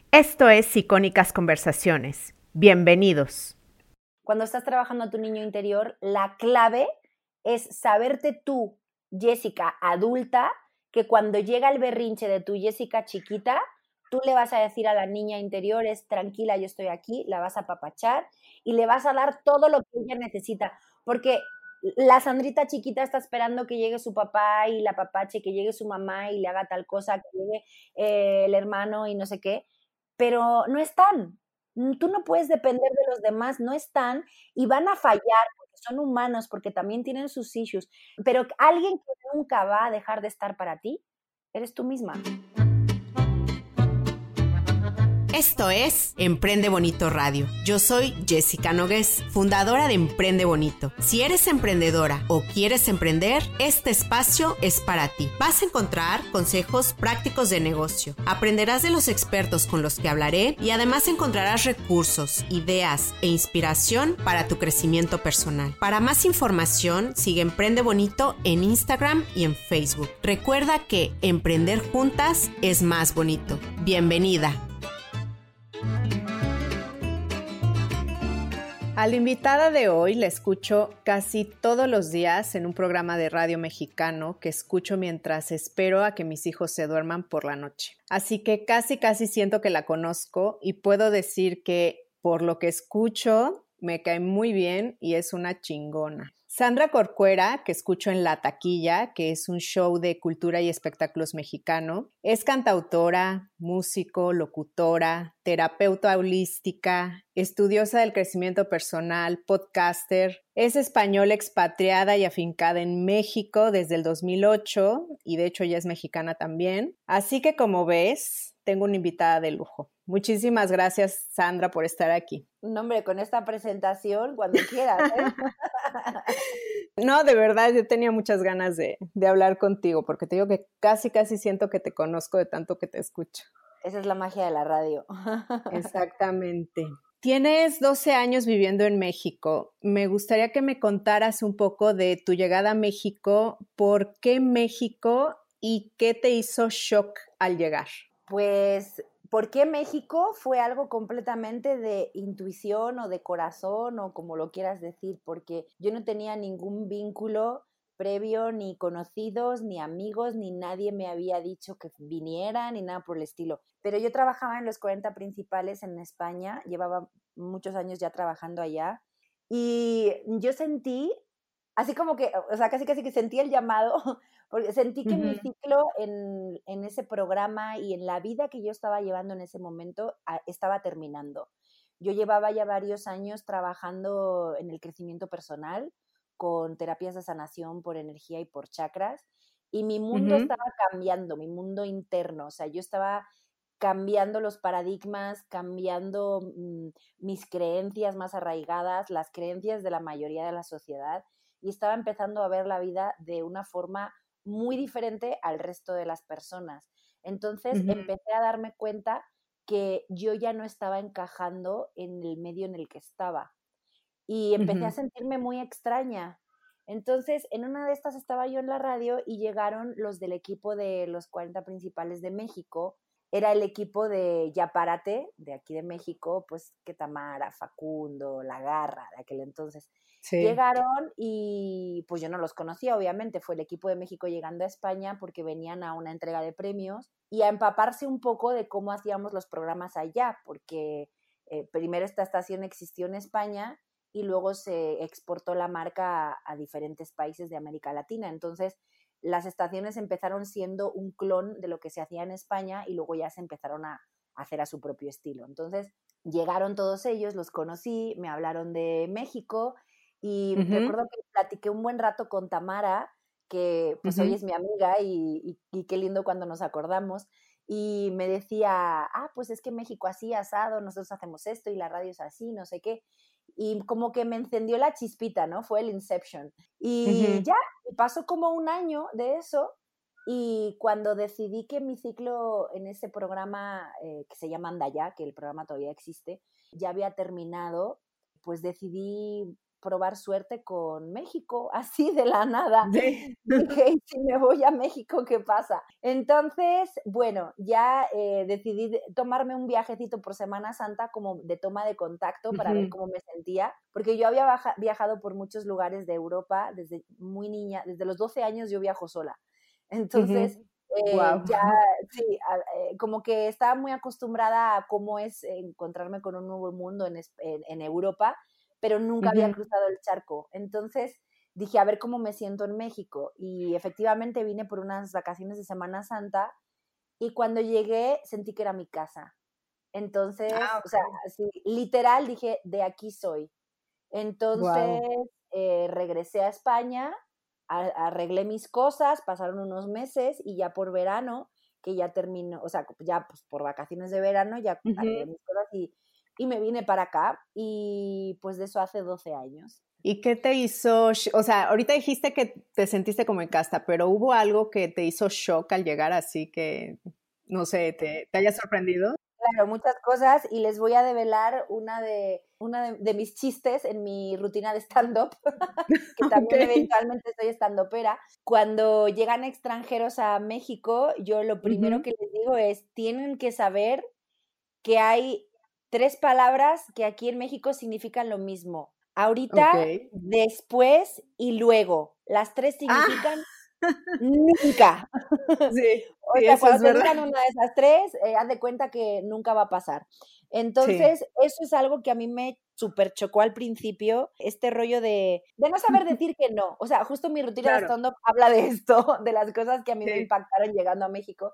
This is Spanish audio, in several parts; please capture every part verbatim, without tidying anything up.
Esto es Icónicas Conversaciones. Bienvenidos. Cuando estás trabajando a tu niño interior, la clave es saberte tú, Jessica adulta, que cuando llega el berrinche de tu Jessica chiquita, tú le vas a decir a la niña interior, es tranquila, yo estoy aquí, la vas a apapachar y le vas a dar todo lo que ella necesita, porque la Sandrita chiquita está esperando que llegue su papá y la apapache, que llegue su mamá y le haga tal cosa, que llegue eh, el hermano y no sé qué, pero no están. Tú no puedes depender de los demás, no están y van a fallar porque son humanos, porque también tienen sus issues, pero alguien que nunca va a dejar de estar para ti, eres tú misma. Esto es Emprende Bonito Radio. Yo soy Jessica Nogués, fundadora de Emprende Bonito. Si eres emprendedora o quieres emprender, este espacio es para ti. Vas a encontrar consejos prácticos de negocio, aprenderás de los expertos con los que hablaré y además encontrarás recursos, ideas e inspiración para tu crecimiento personal. Para más información, sigue Emprende Bonito en Instagram y en Facebook. Recuerda que emprender juntas es más bonito. Bienvenida. A la invitada de hoy la escucho casi todos los días en un programa de radio mexicano que escucho mientras espero a que mis hijos se duerman por la noche. Así que casi casi siento que la conozco y puedo decir que por lo que escucho me cae muy bien y es una chingona. Sandra Corcuera, que escucho en La Taquilla, que es un show de cultura y espectáculos mexicano, es cantautora, músico, locutora, terapeuta holística, estudiosa del crecimiento personal, podcaster, es española expatriada y afincada en México desde el dos mil ocho y de hecho ya es mexicana también. Así que como ves, tengo una invitada de lujo. Muchísimas gracias, Sandra, por estar aquí. No, hombre, con esta presentación, cuando quieras, ¿eh? No, de verdad, yo tenía muchas ganas de, de hablar contigo, porque te digo que casi, casi siento que te conozco de tanto que te escucho. Esa es la magia de la radio. Exactamente. Tienes doce años viviendo en México. Me gustaría que me contaras un poco de tu llegada a México, por qué México y qué te hizo shock al llegar. Pues, ¿por qué México? Fue algo completamente de intuición o de corazón o como lo quieras decir, porque yo no tenía ningún vínculo previo, ni conocidos, ni amigos, ni nadie me había dicho que viniera, ni nada por el estilo. Pero yo trabajaba en los cuarenta principales en España, llevaba muchos años ya trabajando allá, y yo sentí, así como que, o sea, casi casi que sentí el llamado, porque sentí que uh-huh. mi ciclo en, en ese programa y en la vida que yo estaba llevando en ese momento a, estaba terminando. Yo llevaba ya varios años trabajando en el crecimiento personal, con terapias de sanación por energía y por chakras, y mi mundo uh-huh. estaba cambiando, mi mundo interno, o sea, yo estaba cambiando los paradigmas, cambiando mmm, mis creencias más arraigadas, las creencias de la mayoría de la sociedad, y estaba empezando a ver la vida de una forma muy diferente al resto de las personas. Entonces uh-huh. empecé a darme cuenta que yo ya no estaba encajando en el medio en el que estaba y empecé uh-huh. a sentirme muy extraña. Entonces, en una de estas estaba yo en la radio y llegaron los del equipo de los cuarenta principales de México. Era el equipo de Ya Párate, de aquí de México, pues que Tamara, Facundo, La Garra, de aquel entonces. Sí. Llegaron y pues yo no los conocía, obviamente, fue el equipo de México llegando a España porque venían a una entrega de premios y a empaparse un poco de cómo hacíamos los programas allá, porque eh, primero esta estación existió en España y luego se exportó la marca a, a diferentes países de América Latina. Entonces, las estaciones empezaron siendo un clon de lo que se hacía en España y luego ya se empezaron a, a hacer a su propio estilo. Entonces, llegaron todos ellos, los conocí, me hablaron de México y uh-huh. recuerdo que platiqué un buen rato con Tamara, que pues uh-huh. hoy es mi amiga y, y, y qué lindo cuando nos acordamos. Y me decía, ah, pues es que México así, asado, nosotros hacemos esto y la radio es así, no sé qué. Y como que me encendió la chispita, ¿no? Fue el Inception. Y uh-huh. ya, pasó como un año de eso y cuando decidí que mi ciclo en ese programa eh, que se llama Andaya, que el programa todavía existe, ya había terminado, pues decidí probar suerte con México, así de la nada. Sí. Dije, ¿y si me voy a México, qué pasa? Entonces, bueno, ya eh, decidí tomarme un viajecito por Semana Santa como de toma de contacto para ver Uh-huh. cómo me sentía, porque yo había baja- viajado por muchos lugares de Europa desde muy niña, desde los doce años yo viajo sola. Entonces, Uh-huh. eh, Wow. ya, sí, a- eh, como que estaba muy acostumbrada a cómo es encontrarme con un nuevo mundo en, es- en, en Europa, pero nunca había Uh-huh. cruzado el charco. Entonces dije, a ver cómo me siento en México. Y efectivamente vine por unas vacaciones de Semana Santa y cuando llegué sentí que era mi casa. Entonces, Ah, o sea, ok. así, literal dije, de aquí soy. Entonces, Wow. eh, regresé a España, a- arreglé mis cosas, pasaron unos meses y ya por verano, que ya terminó, o sea, ya pues por vacaciones de verano, ya arreglé Uh-huh. mis cosas y, y me vine para acá y pues de eso hace doce años. ¿Y qué te hizo? sh- O sea, ahorita dijiste que te sentiste como en casa, pero ¿hubo algo que te hizo shock al llegar así que, no sé, te, te haya sorprendido? Claro, muchas cosas y les voy a develar una de, una de, de mis chistes en mi rutina de stand-up, que Ok. también eventualmente soy stand-upera. Cuando llegan extranjeros a México, yo lo primero Ujú. que les digo es, tienen que saber que hay tres palabras que aquí en México significan lo mismo. Ok. Ahorita, después y luego. Las tres Ah, significan nunca. sí, O sí, sea, eso cuando es te verdad. digan una de esas tres, eh, haz de cuenta que nunca va a pasar. Sí. Entonces, eso es algo que a mí me súper chocó al principio, este rollo de, de no saber decir que no. O sea, justo mi rutina de Claro, stand-up habla de esto, de las cosas que a mí me sí, impactaron llegando a México.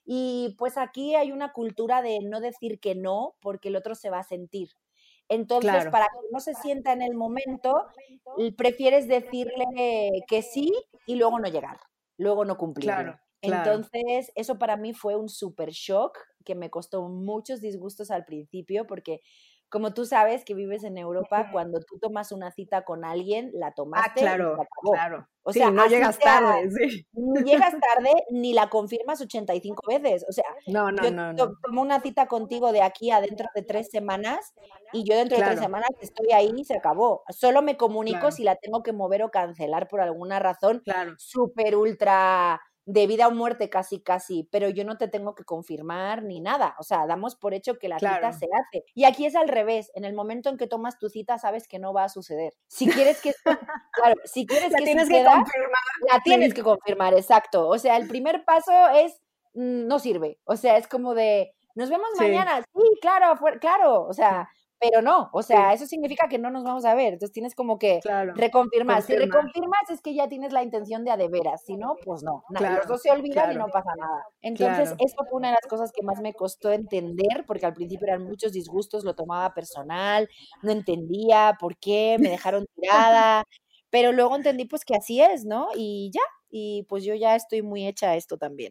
Y pues aquí hay una cultura de no decir que no porque el otro se va a sentir. Entonces, claro, para que no se sienta en el momento, l- prefieres decirle que sí y luego no llegar, luego no cumplirle. claro, claro. Entonces, eso para mí fue un super shock que me costó muchos disgustos al principio porque como tú sabes que vives en Europa, Ujú. cuando tú tomas una cita con alguien, la Ah, tomaste y se claro, acabó. claro. O sea, Sí, no así llegas sea, tarde, sí. ni llegas tarde ni la confirmas ochenta y cinco veces. O sea, No, no, yo no, to- no. tomo una cita contigo de aquí a dentro de tres semanas y yo dentro de tres Claro, semanas estoy ahí y se acabó. Solo me comunico claro, si la tengo que mover o cancelar por alguna razón claro. súper ultra de vida o muerte casi casi, pero yo no te tengo que confirmar ni nada. O sea, damos por hecho que la cita Claro. se hace. Y aquí es al revés. En el momento en que tomas tu cita sabes que no va a suceder. Si quieres que esto, claro, si quieres La que tienes que suceda, confirmar, la tienes que sí, confirmar, exacto. O sea, el primer paso es, mm, no sirve. O sea, es como de, nos vemos sí, mañana. Sí, claro, fuer- claro. O sea, pero no. O sea, sí, eso significa que no nos vamos a ver. Entonces tienes como que claro. reconfirmar. Si Confirmar, reconfirmas es que ya tienes la intención de a de veras. Si no, pues no. Na- los claro, dos se olvidan y claro, no pasa nada. Entonces, claro, eso fue una de las cosas que más me costó entender, porque al principio eran muchos disgustos, lo tomaba personal, no entendía por qué, me dejaron tirada. Pero luego entendí pues que así es, ¿no? Y ya, y pues yo ya estoy muy hecha a esto también.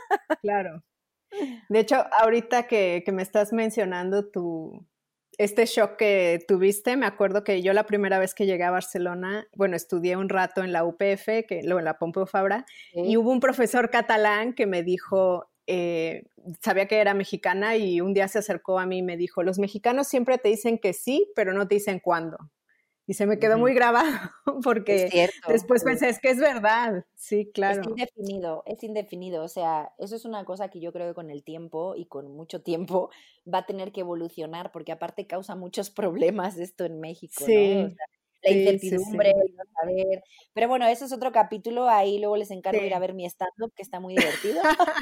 claro. De hecho, ahorita que, que me estás mencionando tu, este shock que tuviste, me acuerdo que yo la primera vez que llegué a Barcelona, bueno, estudié un rato en la U P F, que, luego en la Pompeu Fabra, y Sí. hubo un profesor catalán que me dijo, eh, sabía que era mexicana y un día se acercó a mí y me dijo, los mexicanos siempre te dicen que sí, pero no te dicen cuándo. Y se me quedó Ujú. muy grabado Es porque cierto, después sí. pensé, es que es verdad. Sí, Es claro. indefinido, es indefinido. O sea, eso es una cosa que yo creo que con el tiempo y con mucho tiempo va a tener que evolucionar, porque aparte causa muchos problemas esto en México, ¿no? O Sí, sea, la sí, sí, incertidumbre, sí. el no saber. Pero bueno, eso es otro capítulo. Ahí luego les encargo ir a Sí. ver mi stand-up, que está muy divertido.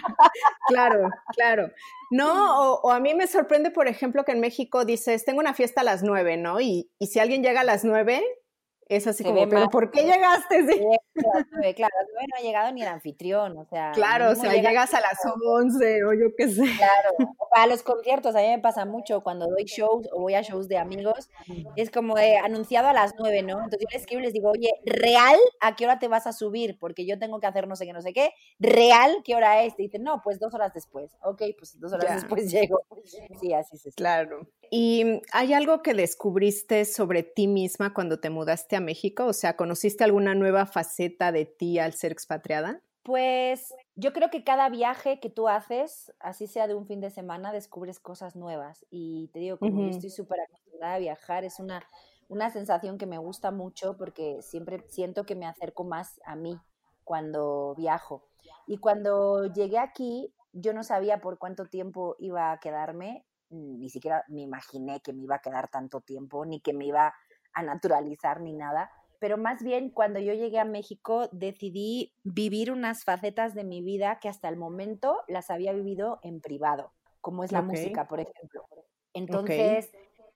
Claro, claro. No, o, o a mí me sorprende, por ejemplo, que en México dices, tengo una fiesta a las nueve, ¿no? Y, y si alguien llega a las nueve, es así Se ve como, mal. ¿pero por qué llegaste? Sí. Llega a las nueve, claro, a las nueve no ha llegado ni el anfitrión, o sea, Claro, o mínimo sea, llega llegas a las once o yo qué sé. claro, o para los conciertos, a mí me pasa mucho cuando doy shows o voy a shows de amigos, es como de anunciado a las nueve, ¿no? Entonces yo les escribo y les digo, oye, ¿real a qué hora te vas a subir? Porque yo tengo que hacer no sé qué, no sé qué. ¿Real qué hora es? Te dicen, no, pues dos horas después. Ok, pues dos horas Ya, después llego. Sí, así se siente. claro. ¿Y hay algo que descubriste sobre ti misma cuando te mudaste a México? O sea, ¿conociste alguna nueva faceta de ti al ser expatriada? Pues yo creo que cada viaje que tú haces, así sea de un fin de semana, descubres cosas nuevas. Y te digo, como yo Ujú. estoy súper acostumbrada a viajar, es una una sensación que me gusta mucho porque siempre siento que me acerco más a mí cuando viajo. Y cuando llegué aquí, yo no sabía por cuánto tiempo iba a quedarme, ni siquiera me imaginé que me iba a quedar tanto tiempo, ni que me iba a naturalizar ni nada, pero más bien cuando yo llegué a México decidí vivir unas facetas de mi vida que hasta el momento las había vivido en privado, como es la Ok, música, por ejemplo. ok. Entonces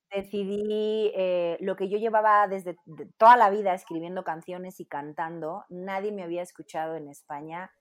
decidí eh, lo que yo llevaba desde de toda la vida escribiendo canciones y cantando, nadie me había escuchado en España,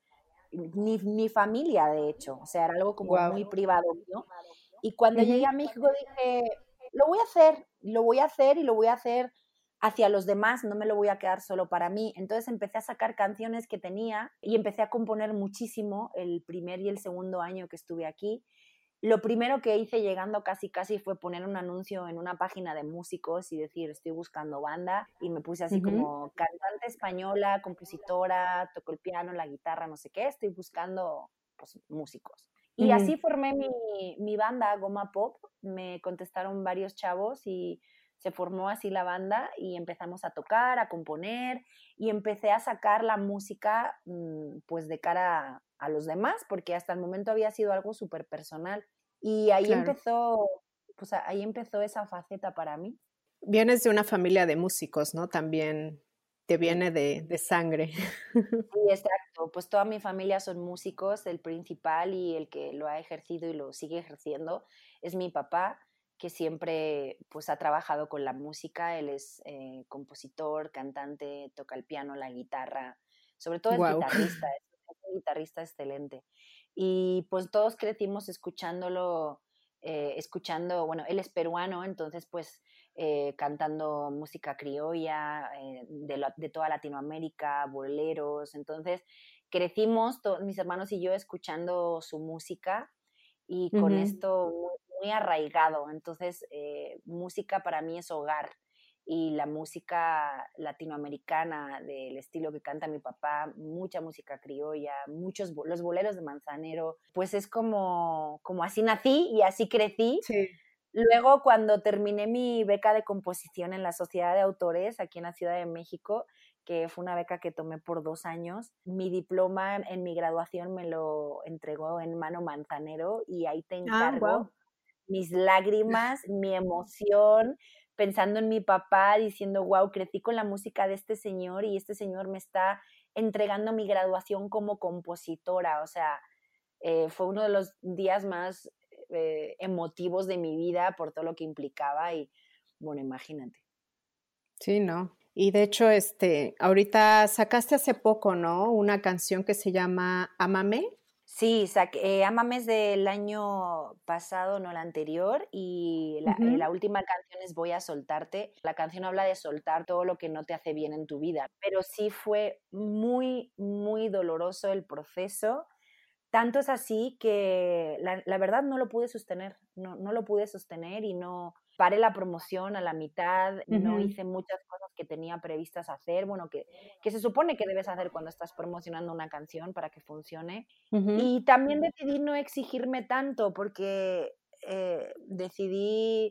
ni mi familia de hecho, o sea, era algo como Wow. muy privado mío. Y cuando llegué a México dije, lo voy a hacer, lo voy a hacer y lo voy a hacer hacia los demás, no me lo voy a quedar solo para mí. Entonces empecé a sacar canciones que tenía y empecé a componer muchísimo el primer y el segundo año que estuve aquí. Lo primero que hice llegando casi casi fue poner un anuncio en una página de músicos y decir, estoy buscando banda, y me puse así como cantante española, compositora, toco el piano, la guitarra, no sé qué, estoy buscando pues, músicos. Y así formé mi, mi banda, Goma Pop, me contestaron varios chavos y se formó así la banda y empezamos a tocar, a componer y empecé a sacar la música mmm, pues de cara a, a los demás, porque hasta el momento había sido algo súper personal. Y ahí Claro. empezó, pues ahí empezó esa faceta para mí. Vienes de una familia de músicos, ¿no? También te Sí, viene de, de sangre. sí, exacto. Pues toda mi familia son músicos, el principal y el que lo ha ejercido y lo sigue ejerciendo es mi papá, que siempre pues ha trabajado con la música. Él es eh, compositor, cantante, toca el piano, la guitarra, sobre todo es Wow. guitarrista, es un guitarrista excelente. Y pues todos crecimos escuchándolo, eh, escuchando, bueno, él es peruano, entonces pues eh, cantando música criolla eh, de, la, de, toda Latinoamérica, boleros. Entonces crecimos, todos, mis hermanos y yo, escuchando su música y con esto muy, muy arraigado. Entonces, eh, música para mí es hogar. Y la música latinoamericana del estilo que canta mi papá, mucha música criolla, muchos los boleros de Manzanero, pues es como, como así nací y así crecí. Sí. Luego, cuando terminé mi beca de composición en la Sociedad de Autores aquí en la Ciudad de México, que fue una beca que tomé por dos años, mi diploma en mi graduación me lo entregó en mano Manzanero y ahí te Ah, wow. encargo mis lágrimas, mi emoción, pensando en mi papá, diciendo, wow, crecí con la música de este señor y este señor me está entregando mi graduación como compositora. O sea, eh, fue uno de los días más eh, emotivos de mi vida por todo lo que implicaba y, bueno, imagínate. Sí, no. Y de hecho, este, ahorita sacaste hace poco, ¿no? Una canción que se llama Ámame. Sí, saqué, eh, Ámame es del año pasado, no el anterior, y la, eh, Ujú. la última canción es Voy a soltarte. La canción habla de soltar todo lo que no te hace bien en tu vida, pero sí fue muy, muy doloroso el proceso. Tanto es así que la, la verdad no lo pude sostener, no, no lo pude sostener y no paré la promoción a la mitad, no Ujú. hice muchas cosas que tenía previstas hacer, bueno, que, que se supone que debes hacer cuando estás promocionando una canción para que funcione. Ujú. Y también decidí no exigirme tanto porque eh, decidí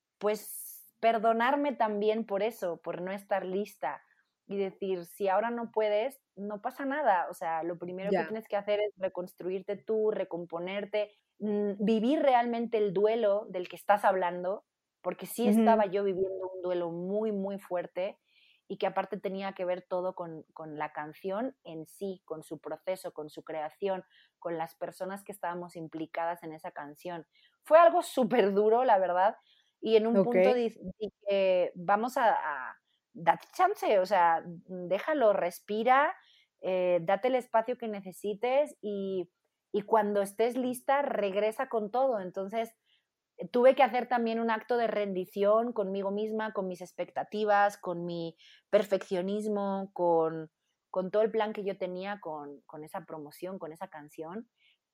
pues perdonarme también por eso, por no estar lista y decir, si ahora no puedes, no pasa nada. O sea, lo primero que Ya. tienes que hacer es reconstruirte tú, recomponerte, mm, vivir realmente el duelo del que estás hablando, porque sí Ujú. estaba yo viviendo un duelo muy, muy fuerte y que aparte tenía que ver todo con, con la canción en sí, con su proceso, con su creación, con las personas que estábamos implicadas en esa canción. Fue algo súper duro, la verdad, y en un Ok. punto di- dije, vamos a, a date chance, o sea, déjalo, respira, eh, date el espacio que necesites y, y cuando estés lista, regresa con todo. Entonces, eh, tuve que hacer también un acto de rendición conmigo misma, con mis expectativas, con mi perfeccionismo, con, con todo el plan que yo tenía con, con esa promoción, con esa canción,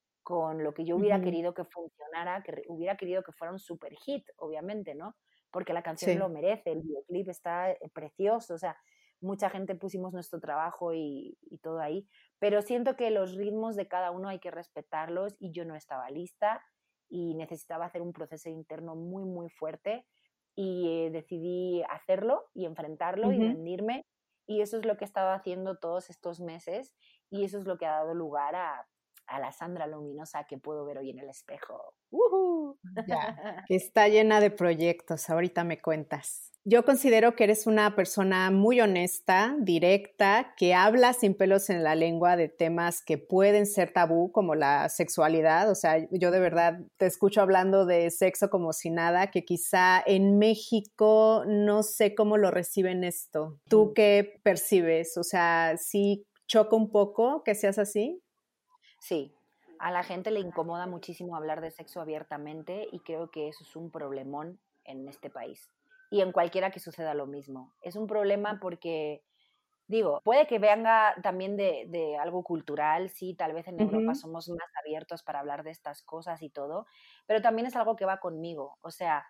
con lo que yo hubiera Ujú. querido que funcionara, que hubiera querido que fuera un super hit, obviamente, ¿no? Porque la canción lo Sí. merece, el videoclip está eh, precioso, o sea, mucha gente pusimos nuestro trabajo y, y todo ahí, pero siento que los ritmos de cada uno hay que respetarlos y yo no estaba lista y necesitaba hacer un proceso interno muy, muy fuerte y eh, decidí hacerlo y enfrentarlo uh-huh. y rendirme, y eso es lo que he estado haciendo todos estos meses, y eso es lo que ha dado lugar a, a la Sandra luminosa que puedo ver hoy en el espejo. ¡Uh-huh! Ya, que está llena de proyectos, ahorita me cuentas. Yo considero que eres una persona muy honesta, directa, que habla sin pelos en la lengua de temas que pueden ser tabú, como la sexualidad. O sea, yo de verdad te escucho hablando de sexo como si nada, que quizá en México no sé cómo lo reciben esto. ¿Tú qué percibes? O sea, ¿sí choca un poco que seas así? Sí. A la gente le incomoda muchísimo hablar de sexo abiertamente y creo que eso es un problemón en este país. Y en cualquiera que suceda lo mismo. Es un problema porque, digo, puede que venga también de, de algo cultural, sí, tal vez en uh-huh. Europa somos más abiertos para hablar de estas cosas y todo, pero también es algo que va conmigo. O sea,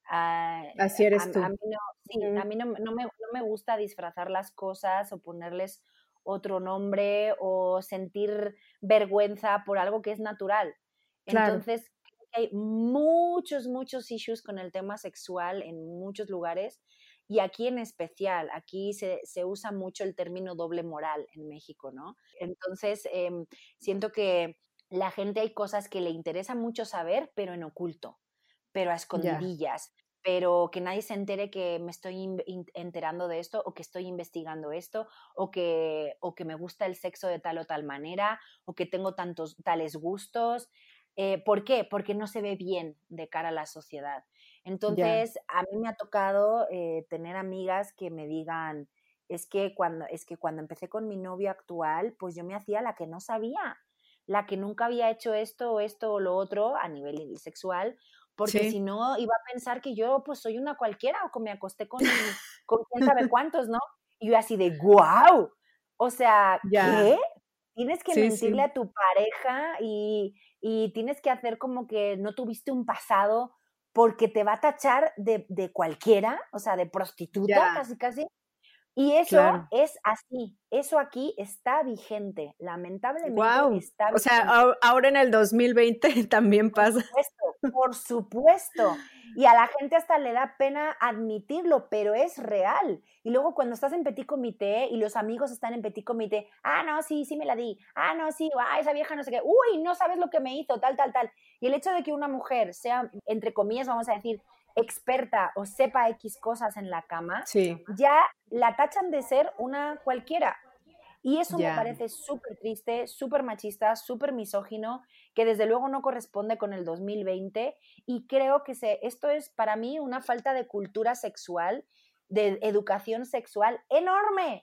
uh, así eres a, tú. A mí, no, sí, uh-huh. a mí no, no, me, no me gusta disfrazar las cosas o ponerles otro nombre o sentir vergüenza por algo que es natural. Claro. Entonces, hay muchos, muchos issues con el tema sexual en muchos lugares y aquí en especial, aquí se, se usa mucho el término doble moral en México, ¿no? Entonces, eh, siento que la gente hay cosas que le interesa mucho saber, pero en oculto, pero a escondidillas. Yeah. Pero que nadie se entere que me estoy enterando de esto o que estoy investigando esto o que, o que me gusta el sexo de tal o tal manera o que tengo tantos, tales gustos. Eh, ¿Por qué? Porque no se ve bien de cara a la sociedad. Entonces, yeah. a mí me ha tocado eh, tener amigas que me digan, es que, cuando, es que cuando empecé con mi novio actual, pues yo me hacía la que no sabía, la que nunca había hecho esto o esto o lo otro a nivel sexual, porque sí. si no iba a pensar que yo pues soy una cualquiera o que me acosté con, con quién sabe cuántos, ¿no? Y yo así de, ¡guau! O sea, yeah. ¿qué? Tienes que sí, mentirle sí. a tu pareja y, y tienes que hacer como que no tuviste un pasado porque te va a tachar de, de cualquiera, o sea, de prostituta, yeah. casi, casi. Y eso claro. es así, eso aquí está vigente, lamentablemente wow. está vigente. O sea, ahora en el dos mil veinte también pasa. Por supuesto, por supuesto. Y a la gente hasta le da pena admitirlo, pero es real. Y luego cuando estás en petit comité y los amigos están en petit comité, ah, no, sí, sí me la di, ah, no, sí, ah, esa vieja no sé qué, uy, no sabes lo que me hizo, tal, tal, tal. Y el hecho de que una mujer sea, entre comillas, vamos a decir, experta o sepa X cosas en la cama, sí. ya la tachan de ser una cualquiera. Y eso yeah. me parece súper triste, súper machista, súper misógino, que desde luego no corresponde con el dos mil veinte y creo que se, esto es para mí una falta de cultura sexual, de educación sexual enorme,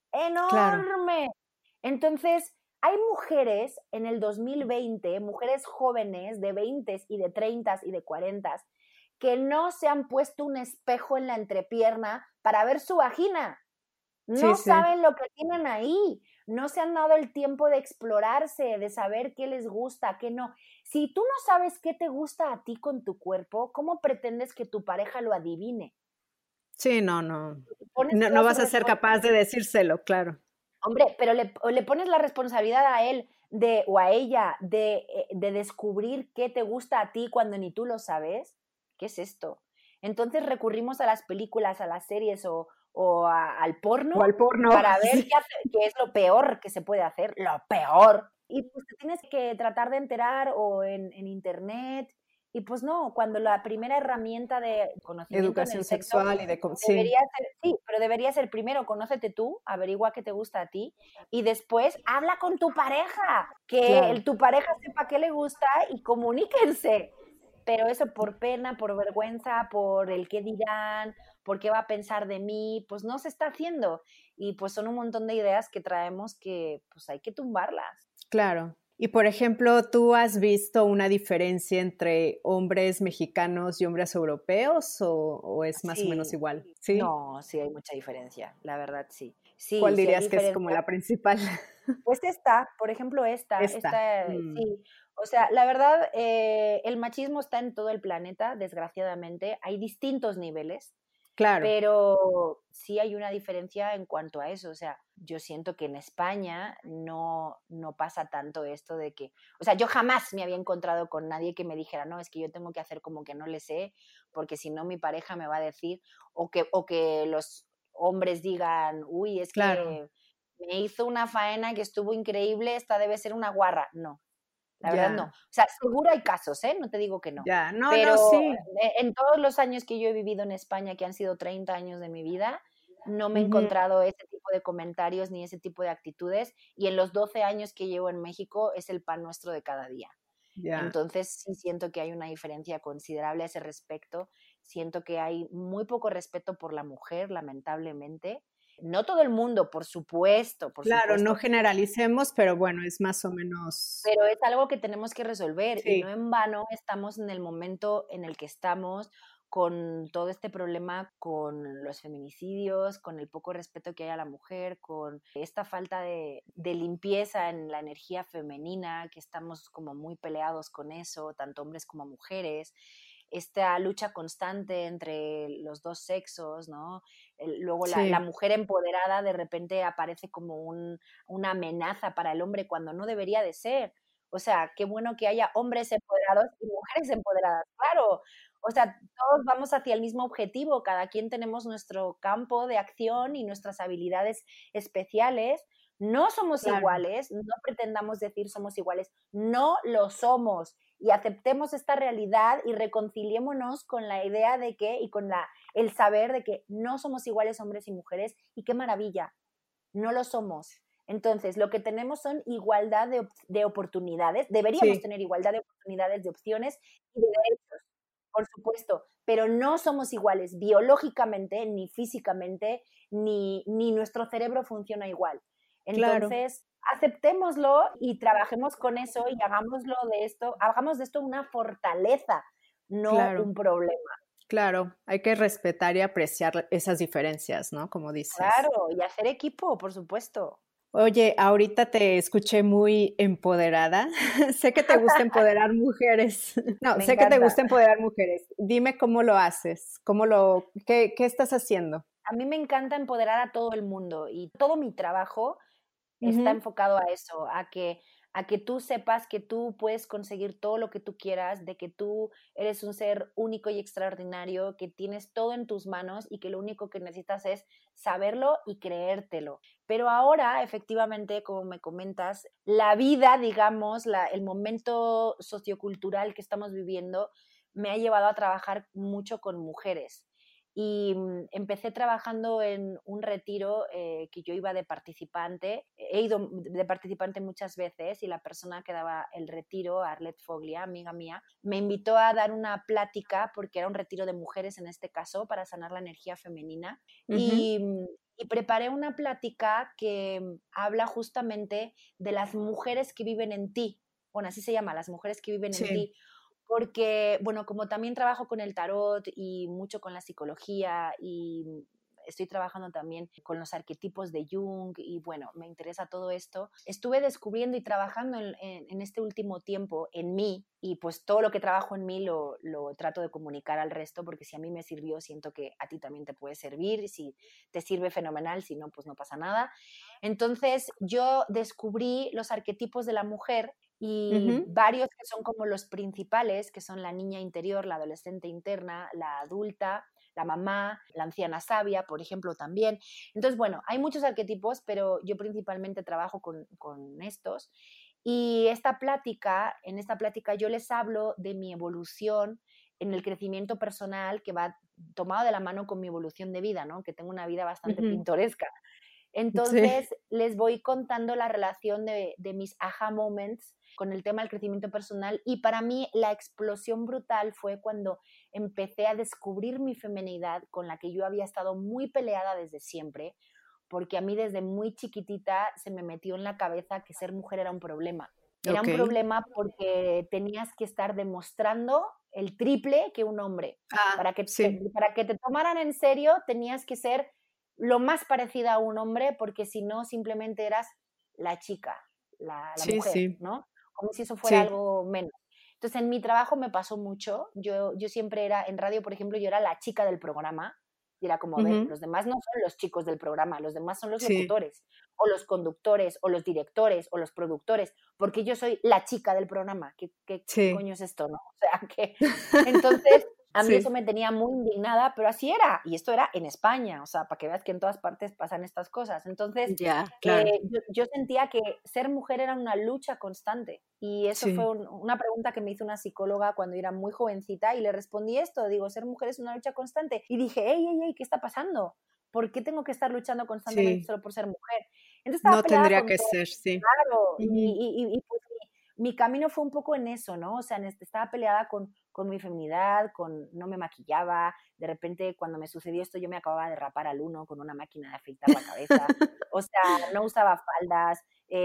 enorme. Claro. Entonces, hay mujeres en el dos mil veinte, mujeres jóvenes de veinte y de treinta y de cuarenta, que no se han puesto un espejo en la entrepierna para ver su vagina. No sí, saben sí. lo que tienen ahí, no se han dado el tiempo de explorarse, de saber qué les gusta, qué no. Si tú no sabes qué te gusta a ti con tu cuerpo, ¿cómo pretendes que tu pareja lo adivine? Sí, no, no. No, no vas a ser capaz de decírselo, claro. Hombre, pero le, le pones la responsabilidad a él de, o a ella de, de descubrir qué te gusta a ti cuando ni tú lo sabes. ¿Qué es esto? Entonces recurrimos a las películas, a las series o, o a, al porno, o al porno para ver sí. qué, hace, qué es lo peor que se puede hacer, lo peor. Y pues te tienes que tratar de enterar o en, en internet. Y pues no, cuando la primera herramienta de conocimiento educación en el sexo sexual y de debería sí. ser, sí, pero debería ser primero conócete tú, averigua qué te gusta a ti y después habla con tu pareja, que claro. el, tu pareja sepa qué le gusta y comuníquense. Pero eso por pena, por vergüenza, por el qué dirán, por qué va a pensar de mí, pues no se está haciendo. Y pues son un montón de ideas que traemos que pues hay que tumbarlas. Claro. Y por ejemplo, ¿tú has visto una diferencia entre hombres mexicanos y hombres europeos o, o es más sí. o menos igual? ¿Sí? No, sí hay mucha diferencia, la verdad sí. sí ¿Cuál sí dirías que es como la principal? Pues esta, por ejemplo esta. Esta, esta mm. sí. O sea, la verdad, eh, el machismo está en todo el planeta, desgraciadamente. Hay distintos niveles. Claro. Pero sí hay una diferencia en cuanto a eso, o sea, yo siento que en España no, no pasa tanto esto de que, o sea, yo jamás me había encontrado con nadie que me dijera, no, es que yo tengo que hacer como que no le sé, porque si no mi pareja me va a decir, o que, o que los hombres digan, uy, es Claro. que me hizo una faena que estuvo increíble, esta debe ser una guarra. No, la verdad no. O Ya, sea, seguro hay casos, ¿eh? No te digo que no. ya. No, no, Pero sí. e en todos los años que yo he vivido en España, que han sido treinta años de mi vida, no me he Ujú, encontrado ese tipo de comentarios ni ese tipo de actitudes, y en los doce años que llevo en México es el pan nuestro de cada día. ya. Entonces, sí siento que hay una diferencia considerable a ese respecto. Siento que hay muy poco respeto por la mujer, lamentablemente. No todo el mundo, por supuesto, por Claro, no supuesto, generalicemos, pero bueno, es más o menos pero es algo que tenemos que resolver y no sí, en vano estamos en el momento en el que estamos con todo este problema con los feminicidios, con el poco respeto que hay a la mujer, con esta falta de, de limpieza en la energía femenina, que estamos como muy peleados con eso, tanto hombres como mujeres, esta lucha constante entre los dos sexos, ¿no? El- luego la, la sí, mujer empoderada de repente aparece como un, una amenaza para el hombre cuando no debería de ser. O sea, qué bueno que haya hombres empoderados y mujeres empoderadas, claro. O sea, todos vamos hacia el mismo objetivo, cada quien tenemos nuestro campo de acción y nuestras habilidades especiales. No somos claro. iguales, no pretendamos decir somos iguales, no lo somos. Y aceptemos esta realidad y reconciliémonos con la idea de que, y con la, el saber de que no somos iguales hombres y mujeres, y qué maravilla, no lo somos. Entonces, lo que tenemos son igualdad de, de oportunidades, deberíamos Sí, tener igualdad de oportunidades, de opciones y de derechos, por supuesto, pero no somos iguales biológicamente, ni físicamente, ni, ni nuestro cerebro funciona igual. claro, Entonces, aceptémoslo y trabajemos con eso y hagámoslo de esto, hagamos de esto una fortaleza, no claro, un problema. claro. Hay que respetar y apreciar esas diferencias, ¿no? Como dices. Claro, y hacer equipo, por supuesto. Oye, ahorita te escuché muy empoderada. Sé que te gusta empoderar mujeres. No, Me sé que te encanta. gusta empoderar mujeres. Dime cómo lo haces, cómo lo, qué, qué estás haciendo. A mí me encanta empoderar a todo el mundo y todo mi trabajo está Ujú, enfocado a eso, a que, a que tú sepas que tú puedes conseguir todo lo que tú quieras, de que tú eres un ser único y extraordinario, que tienes todo en tus manos y que lo único que necesitas es saberlo y creértelo. Pero ahora, efectivamente, como me comentas, la vida, digamos, la, el momento sociocultural que estamos viviendo me ha llevado a trabajar mucho con mujeres. Y mm, empecé trabajando en un retiro eh, que yo iba de participante. He ido de participante muchas veces y la persona que daba el retiro, Arlette Foglia, amiga mía, me invitó a dar una plática porque era un retiro de mujeres en este caso para sanar la energía femenina. ujú, Y, mm, y preparé una plática que mm, habla justamente de las mujeres que viven en ti. Bueno, así se llama, las mujeres que viven en sí, ti, porque, bueno, como también trabajo con el tarot y mucho con la psicología y estoy trabajando también con los arquetipos de Jung y bueno, me interesa todo esto. Estuve descubriendo y trabajando en, en, en este último tiempo en mí y pues todo lo que trabajo en mí lo, lo trato de comunicar al resto porque si a mí me sirvió, siento que a ti también te puede servir. Si te sirve, fenomenal, si no, pues no pasa nada. Entonces yo descubrí los arquetipos de la mujer y ujú, varios que son como los principales, que son la niña interior, la adolescente interna, la adulta, la mamá, la anciana sabia, por ejemplo, también. Entonces, bueno, hay muchos arquetipos, pero yo principalmente trabajo con, con estos. Y esta plática, en esta plática yo les hablo de mi evolución en el crecimiento personal que va tomado de la mano con mi evolución de vida, ¿no? Que tengo una vida bastante ujú, pintoresca. sí, Entonces, les voy contando la relación de, de mis aha moments con el tema del crecimiento personal y para mí la explosión brutal fue cuando empecé a descubrir mi feminidad con la que yo había estado muy peleada desde siempre, porque a mí desde muy chiquitita se me metió en la cabeza que ser mujer era un problema. Era un okey. problema porque tenías que estar demostrando el triple que un hombre. Ah, Para que te, sí, para que te tomaran en serio tenías que ser lo más parecida a un hombre, porque si no, simplemente eras la chica, la, la sí, mujer, sí, ¿no? Como si eso fuera sí, algo menos. Entonces, en mi trabajo me pasó mucho. Yo, yo siempre era, en radio, por ejemplo, yo era la chica del programa, Y era como, a ver, Ujú. los demás no son los chicos del programa, los demás son los Sí, locutores, o los conductores, o los directores, o los productores, porque yo soy la chica del programa. ¿Qué, qué, qué sí. coño es esto, no? O sea, que... Entonces, a mí eso Sí. me tenía muy indignada, pero así era, y esto era en España, o sea, para que veas que en todas partes pasan estas cosas. Entonces, Ya, eh, claro. yo, yo sentía que ser mujer era una lucha constante, y eso fue Sí. un- una pregunta que me hizo una psicóloga cuando era muy jovencita, y le respondí esto, digo, ser mujer es una lucha constante, y dije, hey, hey, hey, ¿qué está pasando? ¿Por qué tengo que estar luchando constantemente Sí. solo por ser mujer? Entonces estaba No peleada tendría con que todo, ser, sí. claro, y, Ujú. y, y, y, pues mi, mi camino fue un poco en eso, ¿no? O sea, en este- estaba peleada con, con mi feminidad, con no me maquillaba, de repente cuando me sucedió esto yo me acababa de rapar al uno con una máquina de afeitar la cabeza, o sea, no usaba faldas,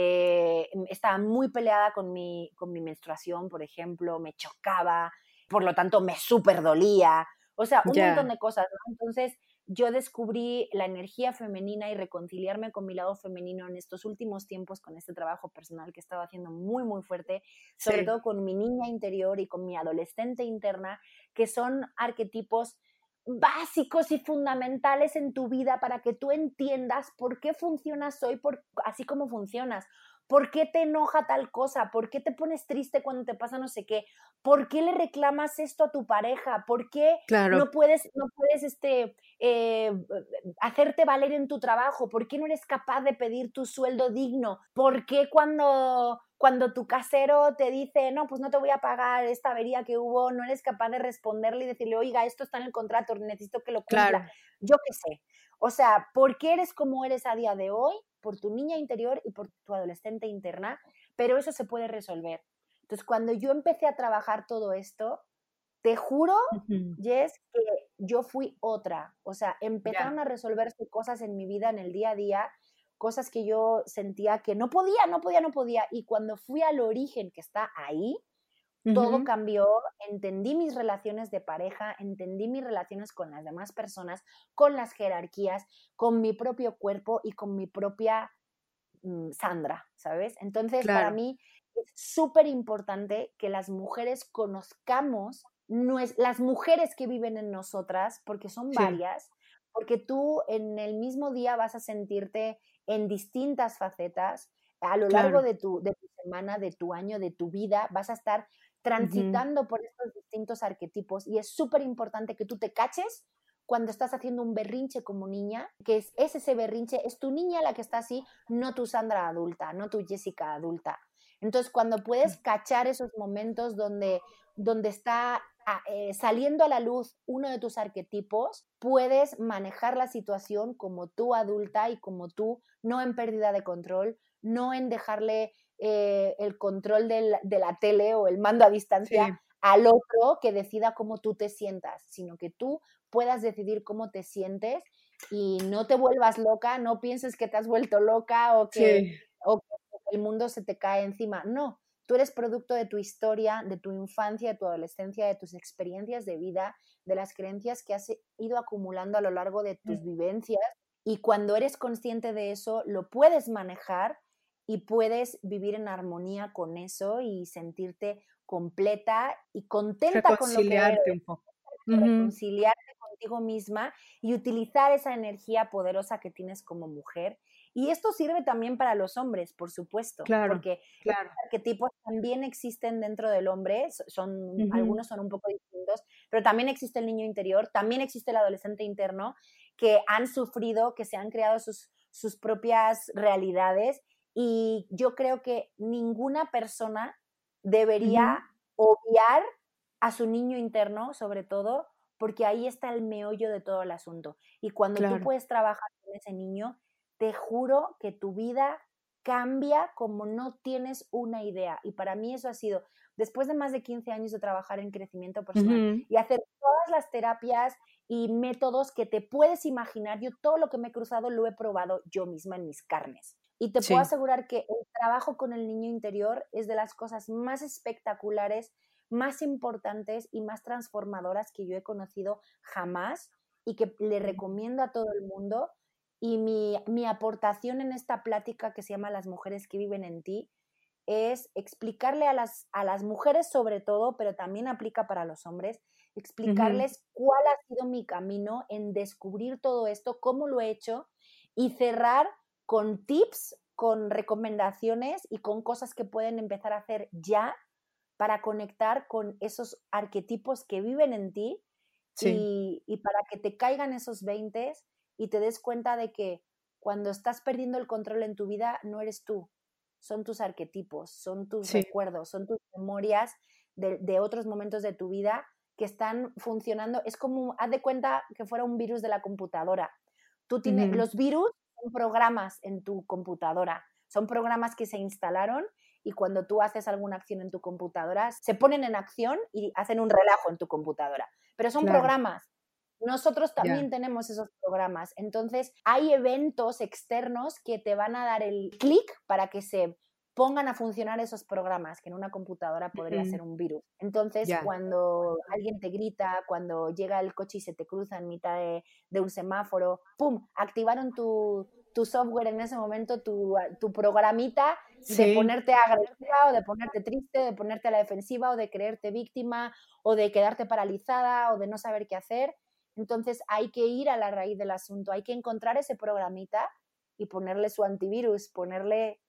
eh, estaba muy peleada con mi, con mi menstruación, por ejemplo, me chocaba, por lo tanto me súper dolía, o sea, un montón Ya, de cosas, ¿no? Entonces yo descubrí la energía femenina y reconciliarme con mi lado femenino en estos últimos tiempos con este trabajo personal que estaba haciendo muy, muy fuerte, sobre sí, todo con mi niña interior y con mi adolescente interna, que son arquetipos básicos y fundamentales en tu vida para que tú entiendas por qué funcionas hoy, por, así como funcionas. ¿Por qué te enoja tal cosa? ¿Por qué te pones triste cuando te pasa no sé qué? ¿Por qué le reclamas esto a tu pareja? ¿Por qué claro, no puedes, no puedes este, eh, hacerte valer en tu trabajo? ¿Por qué no eres capaz de pedir tu sueldo digno? ¿Por qué cuando, cuando tu casero te dice, no, pues no te voy a pagar esta avería que hubo, no eres capaz de responderle y decirle, oiga, esto está en el contrato, necesito que lo cumpla? claro. Yo qué sé. O sea, ¿por qué eres como eres a día de hoy? Por tu niña interior y por tu adolescente interna, pero eso se puede resolver. Entonces, cuando yo empecé a trabajar todo esto, te juro, Ujú. Jess, que yo fui otra. O sea, empezaron Ya. a resolverse cosas en mi vida, en el día a día, cosas que yo sentía que no podía, no podía, no podía. Y cuando fui al origen que está ahí, todo Ujú. cambió, entendí mis relaciones de pareja, entendí mis relaciones con las demás personas, con las jerarquías, con mi propio cuerpo y con mi propia mm, Sandra, ¿sabes? Entonces, para Claro, mí es súper importante que las mujeres conozcamos nues- las mujeres que viven en nosotras, porque son sí, varias, porque tú en el mismo día vas a sentirte en distintas facetas, a lo largo claro. de tu, de tu semana, de tu año, de tu vida, vas a estar Ujú. transitando por estos distintos arquetipos y es súper importante que tú te caches cuando estás haciendo un berrinche como niña, que es, es ese berrinche, es tu niña la que está así, no tu Sandra adulta, no tu Jessica adulta. Entonces, cuando puedes cachar esos momentos donde, donde está a, eh, saliendo a la luz uno de tus arquetipos, puedes manejar la situación como tú adulta y como tú, no en pérdida de control, no en dejarle eh, el control del, de la tele o el mando a distancia Sí, al otro que decida cómo tú te sientas, sino que tú puedas decidir cómo te sientes y no te vuelvas loca, no pienses que te has vuelto loca o que, sí, o que el mundo se te cae encima. No, tú eres producto de tu historia, de tu infancia, de tu adolescencia, de tus experiencias de vida, de las creencias que has ido acumulando a lo largo de tus vivencias y cuando eres consciente de eso, lo puedes manejar y puedes vivir en armonía con eso y sentirte completa y contenta con lo que eres, reconciliarte un poco. Ujú. reconciliarte contigo misma y utilizar esa energía poderosa que tienes como mujer. Y esto sirve también para los hombres, por supuesto, Claro, porque estos claro. arquetipos también existen dentro del hombre, son, Ujú. algunos son un poco distintos, pero también existe el niño interior, también existe el adolescente interno, que han sufrido, que se han creado sus, sus propias realidades y yo creo que ninguna persona debería Ujú. obviar a su niño interno, sobre todo, porque ahí está el meollo de todo el asunto. Y cuando tú Claro. puedes trabajar con ese niño, te juro que tu vida cambia como no tienes una idea. Y para mí eso ha sido, después de más de quince años de trabajar en crecimiento personal Ujú. y hacer todas las terapias y métodos que te puedes imaginar, yo todo lo que me he cruzado lo he probado yo misma en mis carnes. Y te puedo Sí, asegurar que el trabajo con el niño interior es de las cosas más espectaculares, más importantes y más transformadoras que yo he conocido jamás y que le recomiendo a todo el mundo. Y mi, mi aportación en esta plática que se llama Las mujeres que viven en ti es explicarle a las, a las mujeres sobre todo, pero también aplica para los hombres, Ujú. explicarles cuál ha sido mi camino en descubrir todo esto, cómo lo he hecho y cerrar con tips, con recomendaciones y con cosas que pueden empezar a hacer ya para conectar con esos arquetipos que viven en ti Sí, y, y para que te caigan esos veinte y te des cuenta de que cuando estás perdiendo el control en tu vida no eres tú, son tus arquetipos, son tus sí. recuerdos, son tus memorias de, de otros momentos de tu vida que están funcionando. Es como, haz de cuenta que fuera un virus de la computadora. Tú tienes, Ujú. los virus son programas en tu computadora, son programas que se instalaron y cuando tú haces alguna acción en tu computadora, se ponen en acción y hacen un relajo en tu computadora. Pero son Claro, programas. Nosotros ya. también tenemos esos programas. Entonces, hay eventos externos que te van a dar el clic para que se pongan a funcionar esos programas, que en una computadora podría Ujú. ser un virus. Entonces, Ya. cuando alguien te grita, cuando llega el coche y se te cruza en mitad de, de un semáforo, ¡pum! Activaron tu, tu software en ese momento, tu, tu programita de Sí, ponerte agresiva o de ponerte triste, de ponerte a la defensiva o de creerte víctima o de quedarte paralizada o de no saber qué hacer. Entonces hay que ir a la raíz del asunto, hay que encontrar ese programita y ponerle su antivirus, ponerle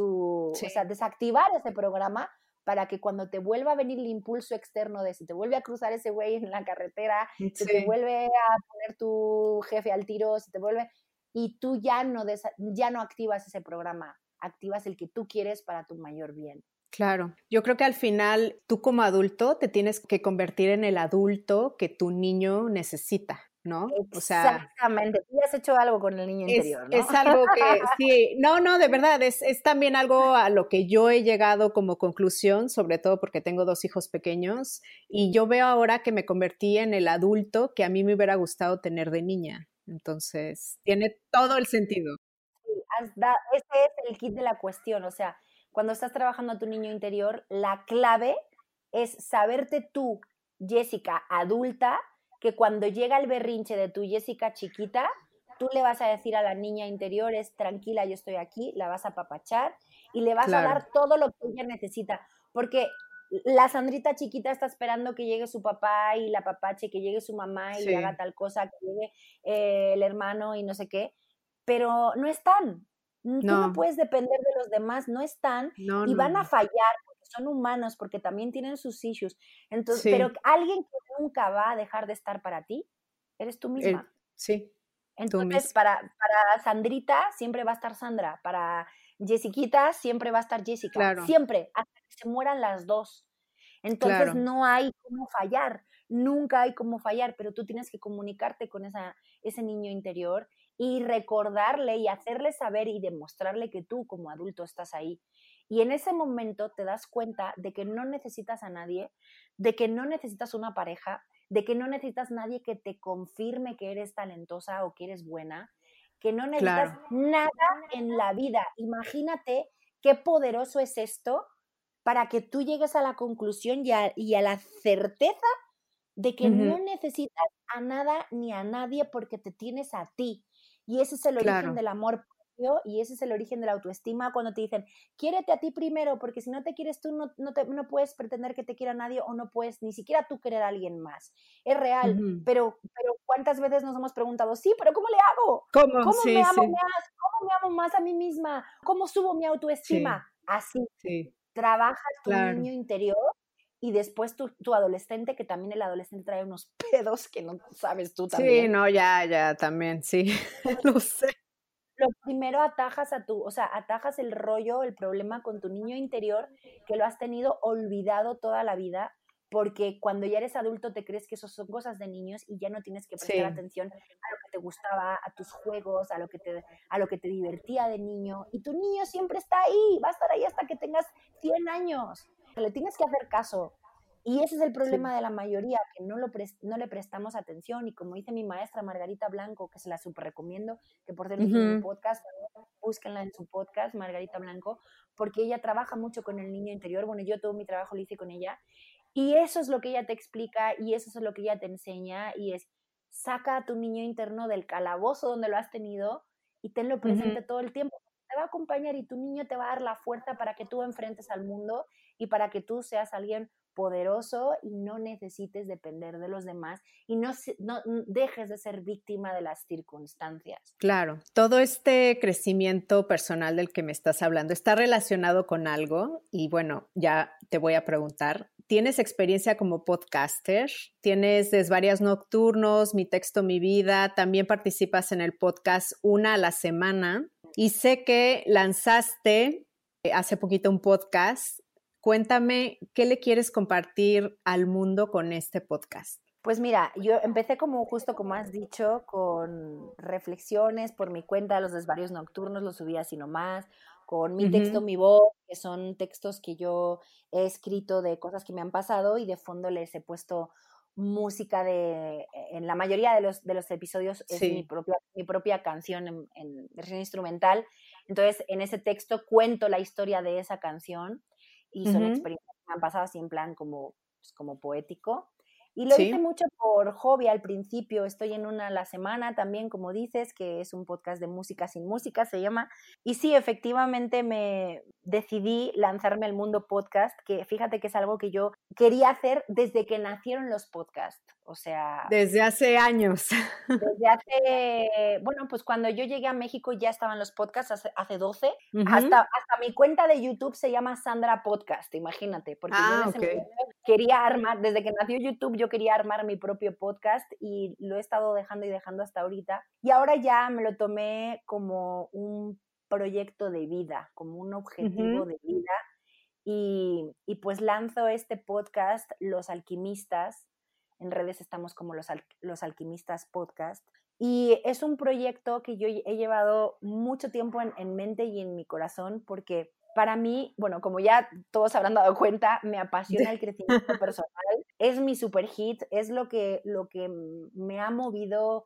su, sí, o sea, desactivar ese programa para que cuando te vuelva a venir el impulso externo de si te vuelve a cruzar ese güey en la carretera, si te sí. vuelve a poner tu jefe al tiro, si te vuelve, y tú ya no, desa- ya no activas ese programa, activas el que tú quieres para tu mayor bien. Claro. Yo creo que al final tú como adulto te tienes que convertir en el adulto que tu niño necesita, ¿no? O sea, Exactamente, tú ya has hecho algo con el niño es, interior, ¿no? es algo que sí, no, no, de verdad, es, es también algo a lo que yo he llegado como conclusión, sobre todo porque tengo dos hijos pequeños y yo veo ahora que me convertí en el adulto que a mí me hubiera gustado tener de niña. Entonces, tiene todo el sentido. Has da- ese es el kit de la cuestión, o sea, cuando estás trabajando a tu niño interior, la clave es saberte tú, Jessica, adulta, que cuando llega el berrinche de tu Jessica chiquita, tú le vas a decir a la niña interior, es tranquila, yo estoy aquí, la vas a apapachar y le vas a Claro, dar todo lo que ella necesita, porque la Sandrita chiquita está esperando que llegue su papá y la papache, que llegue su mamá y le haga sí, tal cosa, que llegue eh, el hermano y no sé qué, pero no están. Mm, Tú no no, puedes depender de los demás, no están no, y no, van a no, fallar porque son humanos, porque también tienen sus issues. Entonces, pero sí, alguien que nunca va a dejar de estar para ti, eres tú eh, misma. sí, tú Entonces, mismo, para, para Sandrita siempre va a estar Sandra, para Jessiquita siempre va a estar Jessica, claro, siempre, hasta que se mueran las dos. Entonces claro, no hay cómo fallar, nunca hay cómo fallar, pero tú tienes que comunicarte con esa, ese niño interior y recordarle y hacerle saber y demostrarle que tú como adulto estás ahí. Y en ese momento te das cuenta de que no necesitas a nadie, de que no necesitas una pareja, de que no necesitas nadie que te confirme que eres talentosa o que eres buena, que no necesitas claro. nada en la vida. Imagínate qué poderoso es esto para que tú llegues a la conclusión y a, y a la certeza de que Ujú, no necesitas a nada ni a nadie porque te tienes a ti. Y ese es el origen claro, del amor propio y ese es el origen de la autoestima cuando te dicen, quiérete a ti primero, porque si no te quieres tú, no, no, te, no puedes pretender que te quiera nadie o no puedes ni siquiera tú querer a alguien más. Es real, ujú. pero, pero ¿cuántas veces nos hemos preguntado, sí, pero ¿cómo le hago? ¿Cómo? ¿Cómo me Sí, amo sí, más? ¿Cómo me amo más a mí misma? ¿Cómo subo mi sí, autoestima? Así, sí, trabaja tu claro. niño interior y después tu, tu adolescente, que también el adolescente trae unos pedos que no sabes tú Sí, también. no, ya, ya, también, sí, lo sé. Lo primero atajas a tu, o sea, atajas el rollo, el problema con tu niño interior que lo has tenido olvidado toda la vida, porque cuando ya eres adulto te crees que eso son cosas de niños y ya no tienes que prestar Sí, atención a lo que te gustaba, a tus juegos, a lo que te, a lo que te divertía de niño. Y tu niño siempre está ahí, va a estar ahí hasta que tengas cien años. Le tienes que hacer caso. Y ese es el sí. problema de la mayoría, que no, lo pres- no le prestamos atención. Y como dice mi maestra Margarita Blanco, que se la super recomiendo, que por cierto tiene un Ujú, podcast, búsquenla en su podcast, Margarita Blanco, porque ella trabaja mucho con el niño interior. Bueno, yo todo mi trabajo lo hice con ella. Y eso es lo que ella te explica y eso es lo que ella te enseña y es, saca a tu niño interno del calabozo donde lo has tenido y tenlo ujú. presente todo el tiempo. Te va a acompañar y tu niño te va a dar la fuerza para que tú enfrentes al mundo y para que tú seas alguien poderoso y no necesites depender de los demás y no, no dejes de ser víctima de las circunstancias. Claro, todo este crecimiento personal del que me estás hablando está relacionado con algo y bueno, ya te voy a preguntar, ¿tienes experiencia como podcaster? ¿Tienes Desvarios Nocturnos, Mi Texto, Mi Vida? También participas en el podcast Una a la Semana y sé que lanzaste hace poquito un podcast. Cuéntame, ¿qué le quieres compartir al mundo con este podcast? Pues mira, yo empecé como justo como has dicho, con reflexiones por mi cuenta, los Desvarios Nocturnos los subí así nomás, con Mi Texto, Uh-huh. Mi Voz, que son textos que yo he escrito de cosas que me han pasado y de fondo les he puesto música de, en la mayoría de los, de los episodios es Sí. mi propia, mi propia canción en, en versión instrumental, entonces en ese texto cuento la historia de esa canción y son Uh-huh. experiencias que me han pasado así en plan como, pues, como poético. Y lo hice Sí. mucho por hobby al principio, estoy en Una a la Semana también, como dices, que es un podcast de música sin música, se llama. Y sí, efectivamente me decidí lanzarme al mundo podcast, que fíjate que es algo que yo quería hacer desde que nacieron los podcasts, o sea... Desde hace años. Desde hace, bueno, pues cuando yo llegué a México ya estaban los podcasts, hace, hace doce, Uh-huh. hasta, hasta mi cuenta de YouTube se llama Sandra Podcast, imagínate, porque ah, yo en ese okay. momento quería armar, desde que nació YouTube yo quería armar mi propio podcast y lo he estado dejando y dejando hasta ahorita, y ahora ya me lo tomé como un proyecto de vida, como un objetivo Uh-huh. de vida, y, y pues lanzo este podcast, Los Alquimistas. En redes estamos como los, Al- los Alquimistas Podcast. Y es un proyecto que yo he llevado mucho tiempo en, en mente y en mi corazón porque para mí, bueno, como ya todos habrán dado cuenta, me apasiona el crecimiento personal. Es mi super hit, es lo que, lo que me ha movido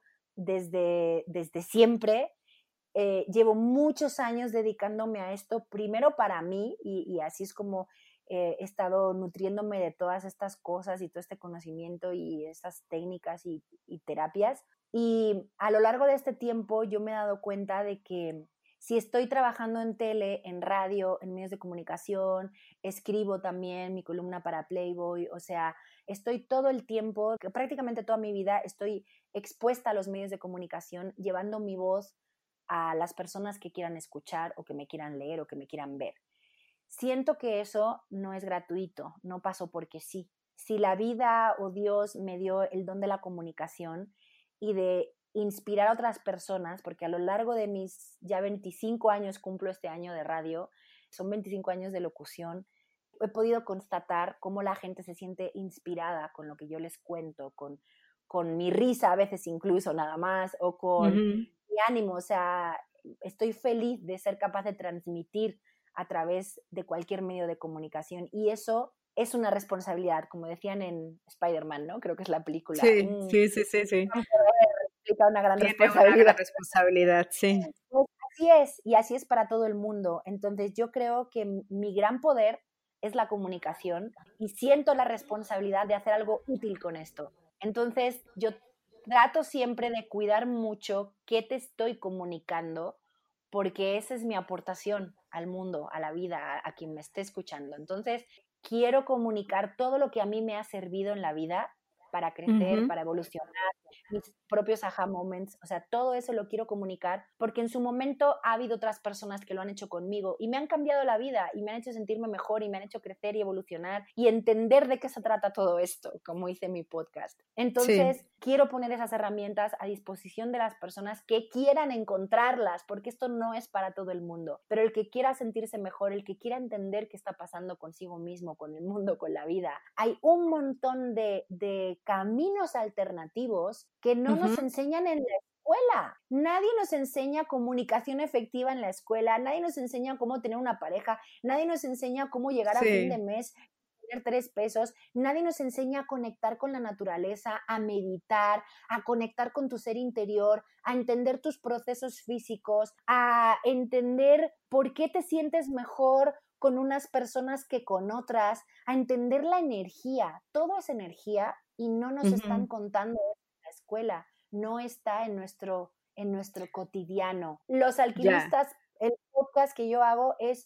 desde, desde siempre. Eh, llevo muchos años dedicándome a esto, primero para mí, y, y así es como eh, he estado nutriéndome de todas estas cosas y todo este conocimiento y estas técnicas y, y terapias. Y a lo largo de este tiempo yo me he dado cuenta de que si estoy trabajando en tele, en radio, en medios de comunicación, escribo también mi columna para Playboy, o sea, estoy todo el tiempo, prácticamente toda mi vida, estoy expuesta a los medios de comunicación, llevando mi voz a las personas que quieran escuchar o que me quieran leer o que me quieran ver. Siento que eso no es gratuito, no pasó porque sí. Si la vida o Dios me dio el don de la comunicación y de inspirar a otras personas, porque a lo largo de mis ya veinticinco años, cumplo este año de radio, son veinticinco años de locución, he podido constatar cómo la gente se siente inspirada con lo que yo les cuento, con, con mi risa a veces incluso nada más, o con Uh-huh. mi ánimo, o sea, estoy feliz de ser capaz de transmitir a través de cualquier medio de comunicación y eso es una responsabilidad, como decían en Spider-Man, ¿no? Creo que es la película. Sí, Un sí, sí, sí, sí. gran poder implica una gran Tiene una responsabilidad. gran responsabilidad, sí. Pues así es, y así es para todo el mundo. Entonces yo creo que mi gran poder es la comunicación y siento la responsabilidad de hacer algo útil con esto. Entonces yo trato siempre de cuidar mucho qué te estoy comunicando, porque esa es mi aportación al mundo, a la vida, a, a quien me esté escuchando. Entonces quiero comunicar todo lo que a mí me ha servido en la vida para crecer, Uh-huh. para evolucionar, mis propios aha moments, o sea, todo eso lo quiero comunicar porque en su momento ha habido otras personas que lo han hecho conmigo y me han cambiado la vida y me han hecho sentirme mejor y me han hecho crecer y evolucionar y entender de qué se trata todo esto, como hice mi podcast. Entonces, Sí. quiero poner esas herramientas a disposición de las personas que quieran encontrarlas, porque esto no es para todo el mundo, pero el que quiera sentirse mejor, el que quiera entender qué está pasando consigo mismo, con el mundo, con la vida. Hay un montón de, de caminos alternativos que no uh-huh. nos enseñan en la escuela. Nadie nos enseña comunicación efectiva en la escuela, nadie nos enseña cómo tener una pareja, nadie nos enseña cómo llegar sí. a fin de mes, tener tres pesos, nadie nos enseña a conectar con la naturaleza, a meditar, a conectar con tu ser interior, a entender tus procesos físicos, a entender por qué te sientes mejor con unas personas que con otras, a entender la energía. Todo es energía y no nos uh-huh. están contando en la escuela, no está en nuestro, en nuestro cotidiano. Los alquimistas, yeah. el podcast que yo hago es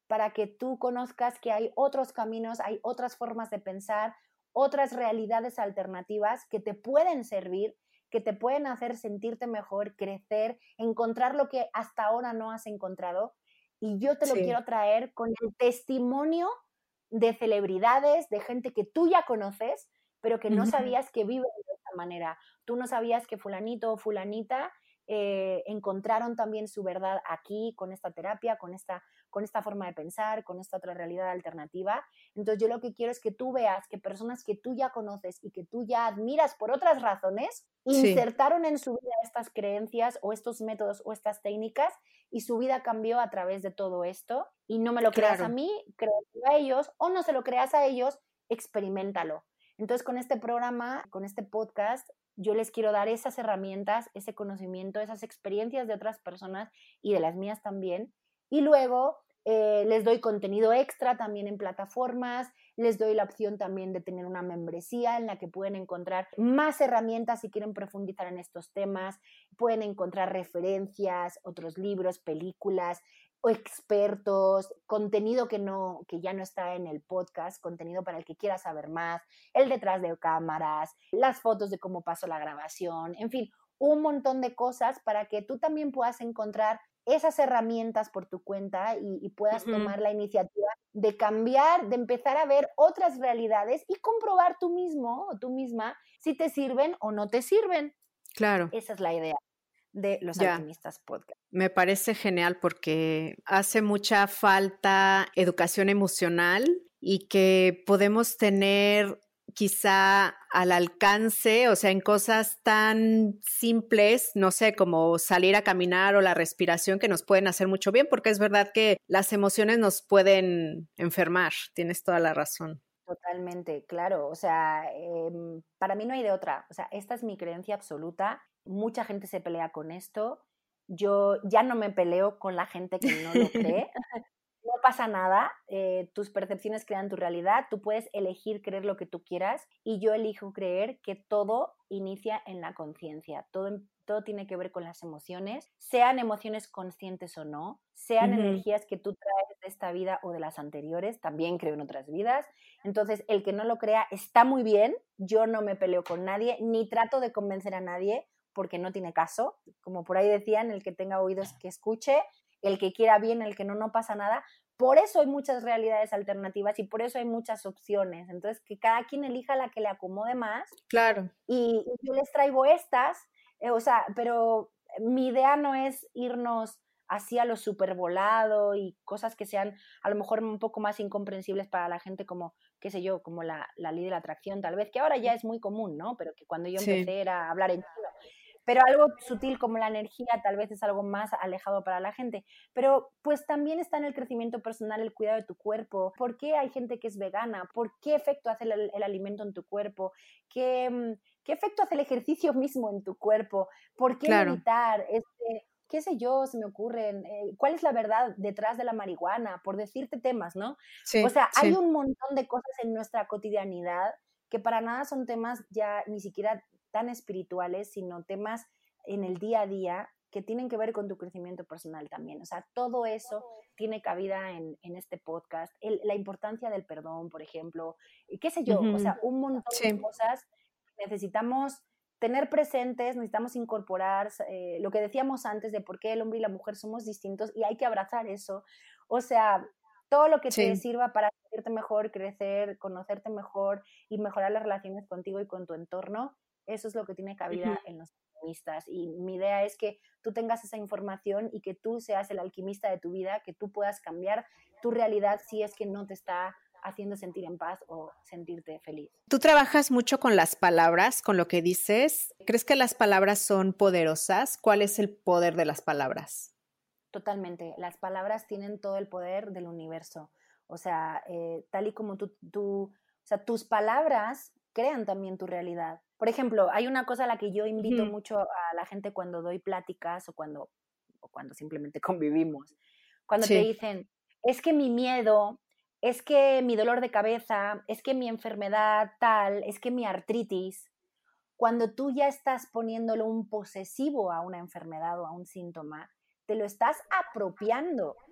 para que tú conozcas que hay otros caminos, hay otras formas de pensar, otras realidades alternativas que te pueden servir, que te pueden hacer sentirte mejor, crecer, encontrar lo que hasta ahora no has encontrado. Y yo te lo Sí. quiero traer con el testimonio de celebridades, de gente que tú ya conoces, pero que no Ujú. sabías que viven de esta manera. Tú no sabías que fulanito o fulanita eh, encontraron también su verdad aquí, con esta terapia, con esta, con esta forma de pensar, con esta otra realidad alternativa. Entonces yo lo que quiero es que tú veas que personas que tú ya conoces y que tú ya admiras por otras razones, Sí. insertaron en su vida estas creencias o estos métodos o estas técnicas y su vida cambió a través de todo esto. Y no me lo creas a Claro. mí, créaselo a ellos, o no se lo creas a ellos, experiméntalo. Entonces, con este programa, con este podcast, yo les quiero dar esas herramientas, ese conocimiento, esas experiencias de otras personas y de las mías también. Y luego eh, les doy contenido extra también en plataformas, les doy la opción también de tener una membresía en la que pueden encontrar más herramientas si quieren profundizar en estos temas, pueden encontrar referencias, otros libros, películas, o expertos, contenido que, no, que ya no está en el podcast, contenido para el que quiera saber más, el detrás de cámaras, las fotos de cómo pasó la grabación, en fin, un montón de cosas para que tú también puedas encontrar esas herramientas por tu cuenta y, y puedas Ujú. tomar la iniciativa de cambiar, de empezar a ver otras realidades y comprobar tú mismo o tú misma si te sirven o no te sirven. Claro. Esa es la idea de Los Ya. Alquimistas Podcast. Me parece genial porque hace mucha falta educación emocional y que podemos tener quizá al alcance, o sea, en cosas tan simples, no sé, como salir a caminar o la respiración que nos pueden hacer mucho bien, porque es verdad que las emociones nos pueden enfermar, tienes toda la razón. Totalmente, claro. O sea, eh, para mí no hay de otra. O sea, esta es mi creencia absoluta. Mucha gente se pelea con esto. Yo ya no me peleo con la gente que no lo cree. No pasa nada, eh, tus percepciones crean tu realidad, tú puedes elegir creer lo que tú quieras y yo elijo creer que todo inicia en la conciencia, todo, todo tiene que ver con las emociones, sean emociones conscientes o no, sean Ujú. energías que tú traes de esta vida o de las anteriores, también creo en otras vidas, entonces el que no lo crea está muy bien, yo no me peleo con nadie, ni trato de convencer a nadie porque no tiene caso, como por ahí decían, el que tenga oídos que escuche, el que quiera bien, el que no, no pasa nada. Por eso hay muchas realidades alternativas y por eso hay muchas opciones. Entonces, que cada quien elija la que le acomode más. Claro. Y, y yo les traigo estas, eh, o sea, pero mi idea no es irnos así a lo supervolado y cosas que sean a lo mejor un poco más incomprensibles para la gente como, qué sé yo, como la, la ley de la atracción tal vez, que ahora ya es muy común, ¿no? Pero que cuando yo Sí. empecé era a hablar en chino. Pero algo sutil como la energía tal vez es algo más alejado para la gente. Pero pues también está en el crecimiento personal, el cuidado de tu cuerpo. ¿Por qué hay gente que es vegana? ¿Por qué efecto hace el, el alimento en tu cuerpo? ¿Qué, ¿Qué efecto hace el ejercicio mismo en tu cuerpo? ¿Por qué Claro. meditar? Este, qué sé yo, se me ocurren. Eh, ¿Cuál es la verdad detrás de la marihuana? Por decirte temas, ¿no? Sí, O sea, hay sí. un montón de cosas en nuestra cotidianidad que para nada son temas ya ni siquiera tan espirituales, sino temas en el día a día que tienen que ver con tu crecimiento personal también. O sea, todo eso tiene cabida en, en este podcast. El, la importancia del perdón, por ejemplo, y qué sé yo, Ujú. o sea, un montón Sí. de cosas que necesitamos tener presentes, necesitamos incorporar eh, lo que decíamos antes de por qué el hombre y la mujer somos distintos y hay que abrazar eso. O sea, todo lo que te Sí. sirva para sentirte mejor, crecer, conocerte mejor y mejorar las relaciones contigo y con tu entorno, eso es lo que tiene cabida Ujú. en los alquimistas. Y mi idea es que tú tengas esa información y que tú seas el alquimista de tu vida, que tú puedas cambiar tu realidad si es que no te está haciendo sentir en paz o sentirte feliz. Tú trabajas mucho con las palabras, con lo que dices. ¿Crees que las palabras son poderosas? ¿Cuál es el poder de las palabras? Totalmente. Las palabras tienen todo el poder del universo. O sea, eh, tal y como tú, tú, o sea, tus palabras crean también tu realidad. Por ejemplo, hay una cosa a la que yo invito Ujú. mucho a la gente cuando doy pláticas o cuando, o cuando simplemente convivimos. Cuando te Sí. dicen, es que mi miedo, es que mi dolor de cabeza, es que mi enfermedad tal, es que mi artritis. Cuando tú ya estás poniéndole un posesivo a una enfermedad o a un síntoma, te lo estás apropiando.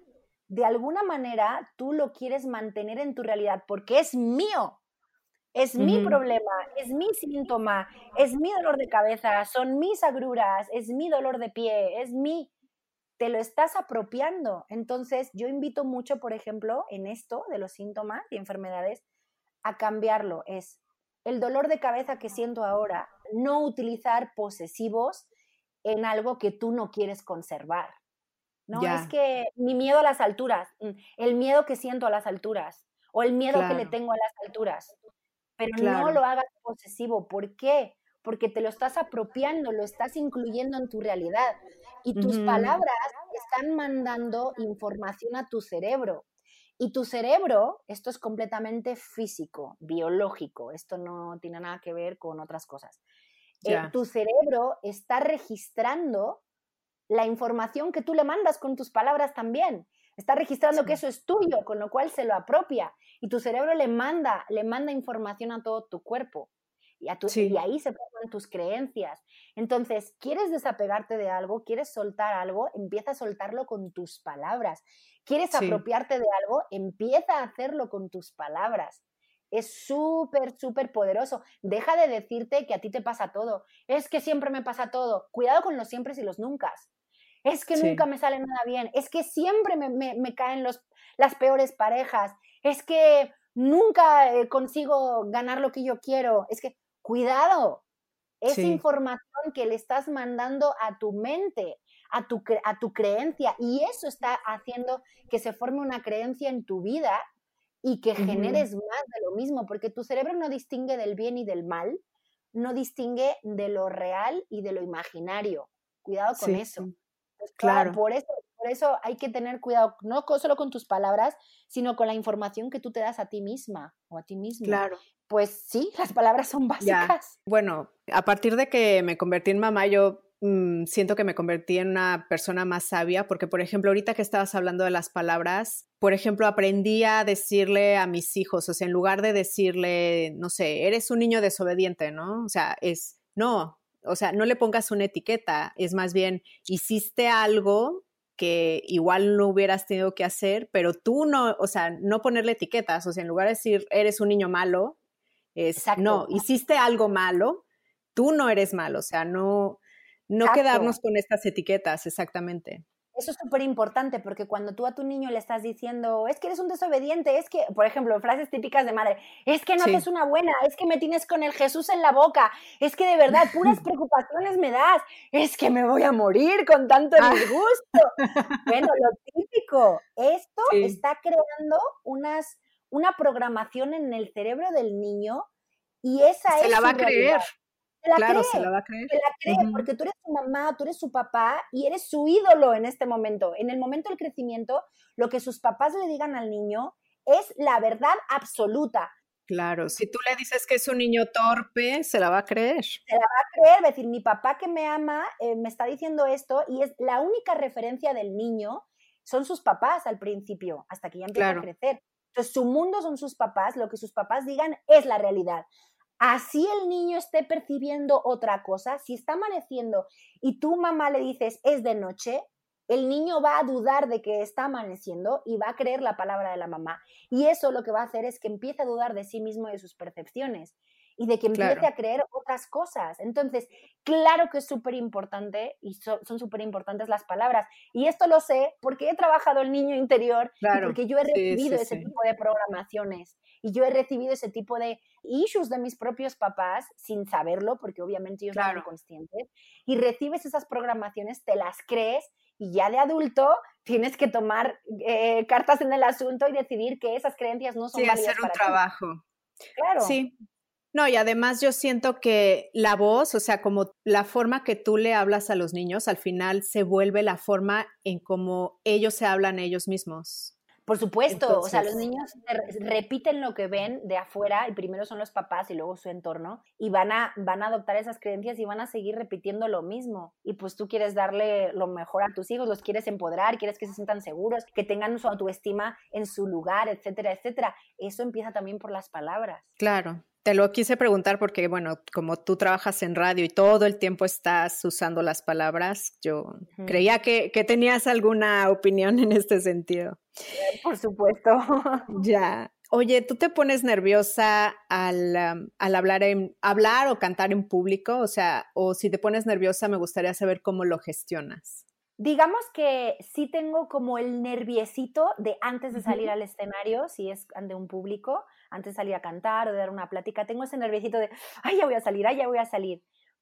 de alguna manera tú lo quieres mantener en tu realidad porque es mío. Es uh-huh. mi problema, es mi síntoma, es mi dolor de cabeza, son mis agruras, es mi dolor de pie, es mi... Te lo estás apropiando. Entonces, yo invito mucho, por ejemplo, en esto de los síntomas y enfermedades, a cambiarlo. Es el dolor de cabeza que siento ahora, no utilizar posesivos en algo que tú no quieres conservar. No, ya. Es que mi miedo a las alturas, el miedo que siento a las alturas, o el miedo claro. que le tengo a las alturas. Pero claro. no lo hagas posesivo. ¿Por qué? Porque te lo estás apropiando, lo estás incluyendo en tu realidad. Y tus uh-huh. palabras están mandando información a tu cerebro. Y tu cerebro, esto es completamente físico, biológico, esto no tiene nada que ver con otras cosas. Eh, tu cerebro está registrando la información que tú le mandas con tus palabras también. Está registrando sí. que eso es tuyo, con lo cual se lo apropia. Y tu cerebro le manda, le manda información a todo tu cuerpo. Y, a tu, sí. y ahí se forman tus creencias. Entonces, ¿quieres desapegarte de algo? ¿Quieres soltar algo? Empieza a soltarlo con tus palabras. ¿Quieres sí. apropiarte de algo? Empieza a hacerlo con tus palabras. Es súper, súper poderoso. Deja de decirte que a ti te pasa todo. Es que siempre me pasa todo. Cuidado con los siempre y los nunca. Es que sí. nunca me sale nada bien. Es que siempre me, me, me caen los, las peores parejas. Es que nunca eh, consigo ganar lo que yo quiero. Es que... Cuidado, es sí. información que le estás mandando a tu mente, a tu, a tu creencia, y eso está haciendo que se forme una creencia en tu vida y que uh-huh. generes más de lo mismo, porque tu cerebro no distingue del bien y del mal, no distingue de lo real y de lo imaginario. Cuidado con sí. eso. Pues, claro. Por eso. Por eso hay que tener cuidado, no solo con tus palabras, sino con la información que tú te das a ti misma o a ti mismo. Claro. Pues sí, las palabras son básicas. Ya. Bueno, a partir de que me convertí en mamá, yo mmm, siento que me convertí en una persona más sabia, porque, por ejemplo, ahorita que estabas hablando de las palabras, por ejemplo, aprendí a decirle a mis hijos, o sea, en lugar de decirle, no sé, eres un niño desobediente, ¿no? O sea, es, no, o sea, no le pongas una etiqueta, es más bien, hiciste algo que igual no hubieras tenido que hacer, pero tú no, o sea, no ponerle etiquetas, o sea, en lugar de decir, eres un niño malo, es, Exacto. no, hiciste algo malo, tú no eres malo, o sea, no, no quedarnos con estas etiquetas, exactamente. Eso es súper importante, porque cuando tú a tu niño le estás diciendo, es que eres un desobediente, es que, por ejemplo, frases típicas de madre, es que no sí. haces una buena, es que me tienes con el Jesús en la boca, es que de verdad puras preocupaciones me das, es que me voy a morir con tanto disgusto. Bueno, lo típico, esto sí. está creando unas, una programación en el cerebro del niño y esa Se es la va su a creer. realidad. Se la claro, cree, se la va a creer. Se la cree, uh-huh. porque tú eres su mamá, tú eres su papá y eres su ídolo en este momento. En el momento del crecimiento, lo que sus papás le digan al niño es la verdad absoluta. Claro, si tú le dices que es un niño torpe, se la va a creer. Se la va a creer, va a decir, mi papá que me ama eh, me está diciendo esto y es la única referencia del niño, son sus papás al principio, hasta que ya empieza claro. a crecer. Entonces, su mundo son sus papás, lo que sus papás digan es la realidad. Así el niño esté percibiendo otra cosa, si está amaneciendo y tu mamá le dices es de noche, el niño va a dudar de que está amaneciendo y va a creer la palabra de la mamá. Y eso lo que va a hacer es que empiece a dudar de sí mismo y de sus percepciones y de que empiece claro. a creer otras cosas. Entonces, claro que es súper importante y so, son súper importantes las palabras. Y esto lo sé porque he trabajado el niño interior claro. y porque yo he recibido sí, sí, ese sí. tipo de programaciones. Y yo he recibido ese tipo de issues de mis propios papás sin saberlo, porque obviamente ellos claro. no eran conscientes. Y recibes esas programaciones, te las crees y ya de adulto tienes que tomar eh, cartas en el asunto y decidir que esas creencias no son sí, válidas hacer un para trabajo. Ti. Claro. Sí. No, y además yo siento que la voz, o sea, como la forma que tú le hablas a los niños, al final se vuelve la forma en cómo ellos se hablan ellos mismos. Por supuesto, Entonces, o sea, los niños repiten lo que ven de afuera y primero son los papás y luego su entorno y van a, van a adoptar esas creencias y van a seguir repitiendo lo mismo. Y pues tú quieres darle lo mejor a tus hijos, los quieres empoderar, quieres que se sientan seguros, que tengan su autoestima en su lugar, etcétera, etcétera. Eso empieza también por las palabras. Claro. Te lo quise preguntar porque, bueno, como tú trabajas en radio y todo el tiempo estás usando las palabras, yo Ujú. creía que, que tenías alguna opinión en este sentido. Por supuesto. Ya. Oye, ¿tú te pones nerviosa al, um, al hablar, en, hablar o cantar en público? O sea, o si te pones nerviosa, me gustaría saber cómo lo gestionas. Digamos que sí tengo como el nerviecito de antes de salir Ujú. al escenario, si es ante un público, antes de salir a cantar o de dar una plática, tengo ese nerviecito de, ay, ya voy a salir, ay, ya voy a salir,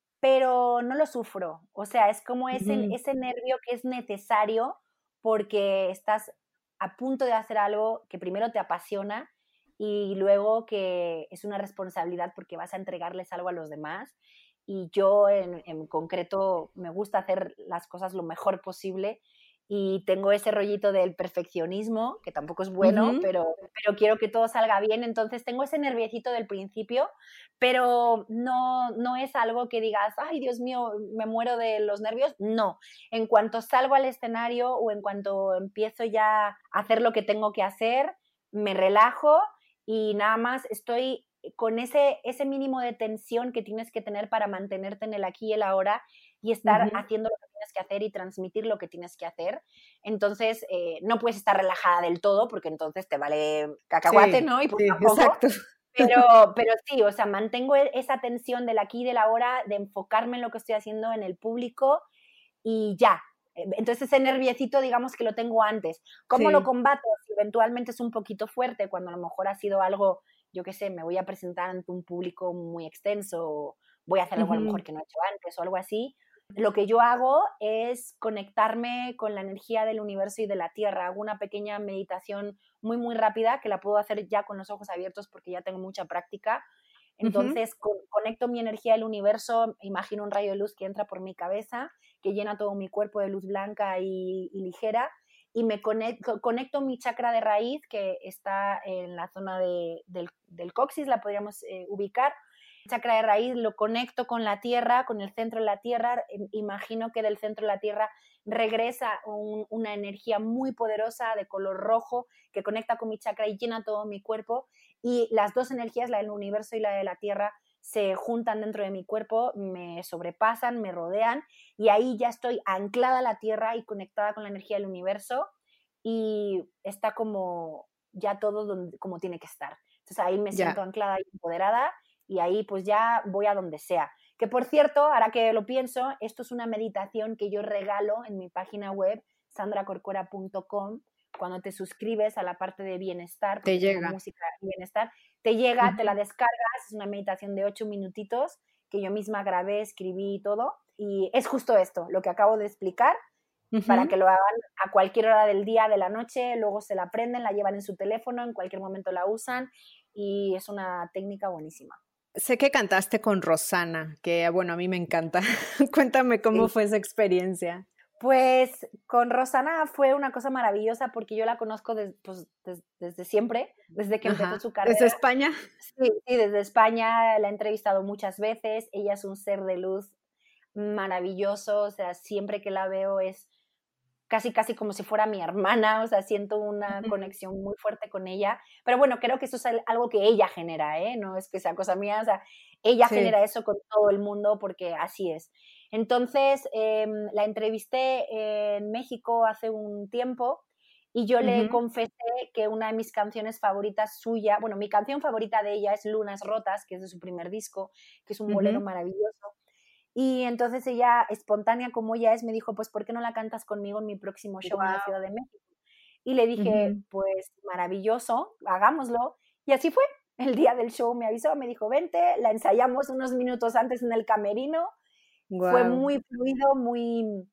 pero no lo sufro. O sea, es como ese, Ujú. ese nervio que es necesario porque estás a punto de hacer algo que primero te apasiona y luego que es una responsabilidad porque vas a entregarles algo a los demás. Y yo en, en concreto me gusta hacer las cosas lo mejor posible y tengo ese rollito del perfeccionismo, que tampoco es bueno, Ujú. pero, pero quiero que todo salga bien, entonces tengo ese nerviecito del principio, pero no, no es algo que digas, ay Dios mío, me muero de los nervios, no, en cuanto salgo al escenario o en cuanto empiezo ya a hacer lo que tengo que hacer, me relajo y nada más estoy con ese, ese mínimo de tensión que tienes que tener para mantenerte en el aquí y el ahora y estar Ujú. haciendo lo que tienes que hacer y transmitir lo que tienes que hacer. Entonces, eh, no puedes estar relajada del todo porque entonces te vale cacahuate, Sí, ¿no? Y pues sí, tampoco. exacto. Pero, pero sí, o sea, mantengo esa tensión del aquí y del ahora, de enfocarme en lo que estoy haciendo en el público y ya. Entonces ese nerviecito, digamos que lo tengo antes. ¿Cómo lo Sí. combato? Si eventualmente es un poquito fuerte, cuando a lo mejor ha sido algo, yo qué sé, me voy a presentar ante un público muy extenso, o voy a hacer algo a lo Ujú. mejor que no he hecho antes o algo así. Lo que yo hago es conectarme con la energía del universo y de la Tierra. Hago una pequeña meditación muy, muy rápida que la puedo hacer ya con los ojos abiertos porque ya tengo mucha práctica. Ujú. Entonces con, conecto mi energía al universo, imagino un rayo de luz que entra por mi cabeza, que llena todo mi cuerpo de luz blanca y, y ligera, y me conecto, conecto mi chakra de raíz, que está en la zona de, del, del coxis, la podríamos eh, ubicar. El chakra de raíz lo conecto con la tierra, con el centro de la tierra. Imagino que del centro de la tierra regresa un, una energía muy poderosa de color rojo que conecta con mi chakra y llena todo mi cuerpo. Y las dos energías, la del universo y la de la tierra, se juntan dentro de mi cuerpo, me sobrepasan, me rodean y ahí ya estoy anclada a la tierra y conectada con la energía del universo y está como ya todo donde, como tiene que estar. Entonces ahí me siento Ya. anclada y empoderada y ahí pues ya voy a donde sea. Que por cierto, ahora que lo pienso, esto es una meditación que yo regalo en mi página web, sandra corcuera punto com. Cuando te suscribes a la parte de bienestar, Te porque tengo llega. música y bienestar, te llega, te la Ujú. descargas, es una meditación de ocho minutitos que yo misma grabé, escribí y todo. Y es justo esto, lo que acabo de explicar, para que Ujú. lo hagan a cualquier hora del día, de la noche, luego se la aprenden, la llevan en su teléfono, en cualquier momento la usan y es una técnica buenísima. Sé que cantaste con Rosana, que bueno, a mí me encanta. Cuéntame cómo Sí. fue esa experiencia. Pues con Rosana fue una cosa maravillosa porque yo la conozco des, pues, des, desde siempre, desde que empezó Ajá. su carrera. ¿Desde España? Sí, sí, desde España la he entrevistado muchas veces. Ella es un ser de luz maravilloso, o sea, siempre que la veo es casi, casi como si fuera mi hermana, o sea, siento una Ujú. conexión muy fuerte con ella, pero bueno, creo que eso es algo que ella genera, ¿eh? No es que sea cosa mía, o sea, ella Sí. genera eso con todo el mundo porque así es. Entonces, eh, la entrevisté en México hace un tiempo y yo le Ujú. confesé que una de mis canciones favoritas suya, bueno, mi canción favorita de ella es Lunas Rotas, que es de su primer disco, que es un bolero Ujú. maravilloso. Y entonces ella, espontánea como ella es, me dijo, pues, ¿por qué no la cantas conmigo en mi próximo show en la Guau. Ciudad de México? Y le dije, Ujú. pues, maravilloso, hagámoslo. Y así fue. El día del show me avisó, me dijo, vente, la ensayamos unos minutos antes en el camerino. Fue Guau. muy fluido, muy,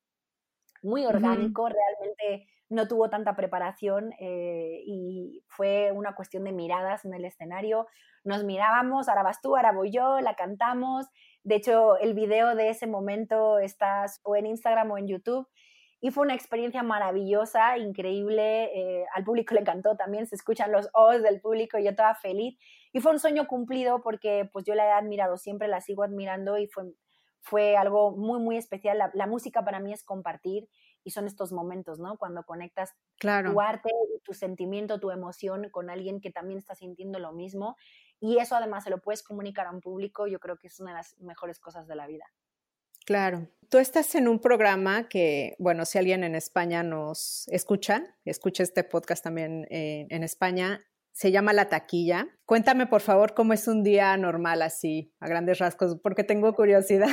muy Ujú. orgánico, realmente no tuvo tanta preparación eh, y fue una cuestión de miradas en el escenario. Nos mirábamos, ahora vas tú, ahora voy yo, la cantamos. De hecho, el video de ese momento está o en Instagram o en YouTube. Y fue una experiencia maravillosa, increíble. Eh, al público le encantó también, se escuchan los ohs del público y yo estaba feliz. Y fue un sueño cumplido porque pues yo la he admirado siempre, la sigo admirando y fue, fue algo muy, muy especial. La, la música para mí es compartir y son estos momentos, ¿no? Cuando conectas tu Claro. arte, tu sentimiento, tu emoción con alguien que también está sintiendo lo mismo y eso además se lo puedes comunicar a un público, yo creo que es una de las mejores cosas de la vida. Claro. Tú estás en un programa que, bueno, si alguien en España nos escucha, escucha este podcast también eh, en España, se llama La Taquilla. Cuéntame, por favor, cómo es un día normal así, a grandes rasgos, porque tengo curiosidad.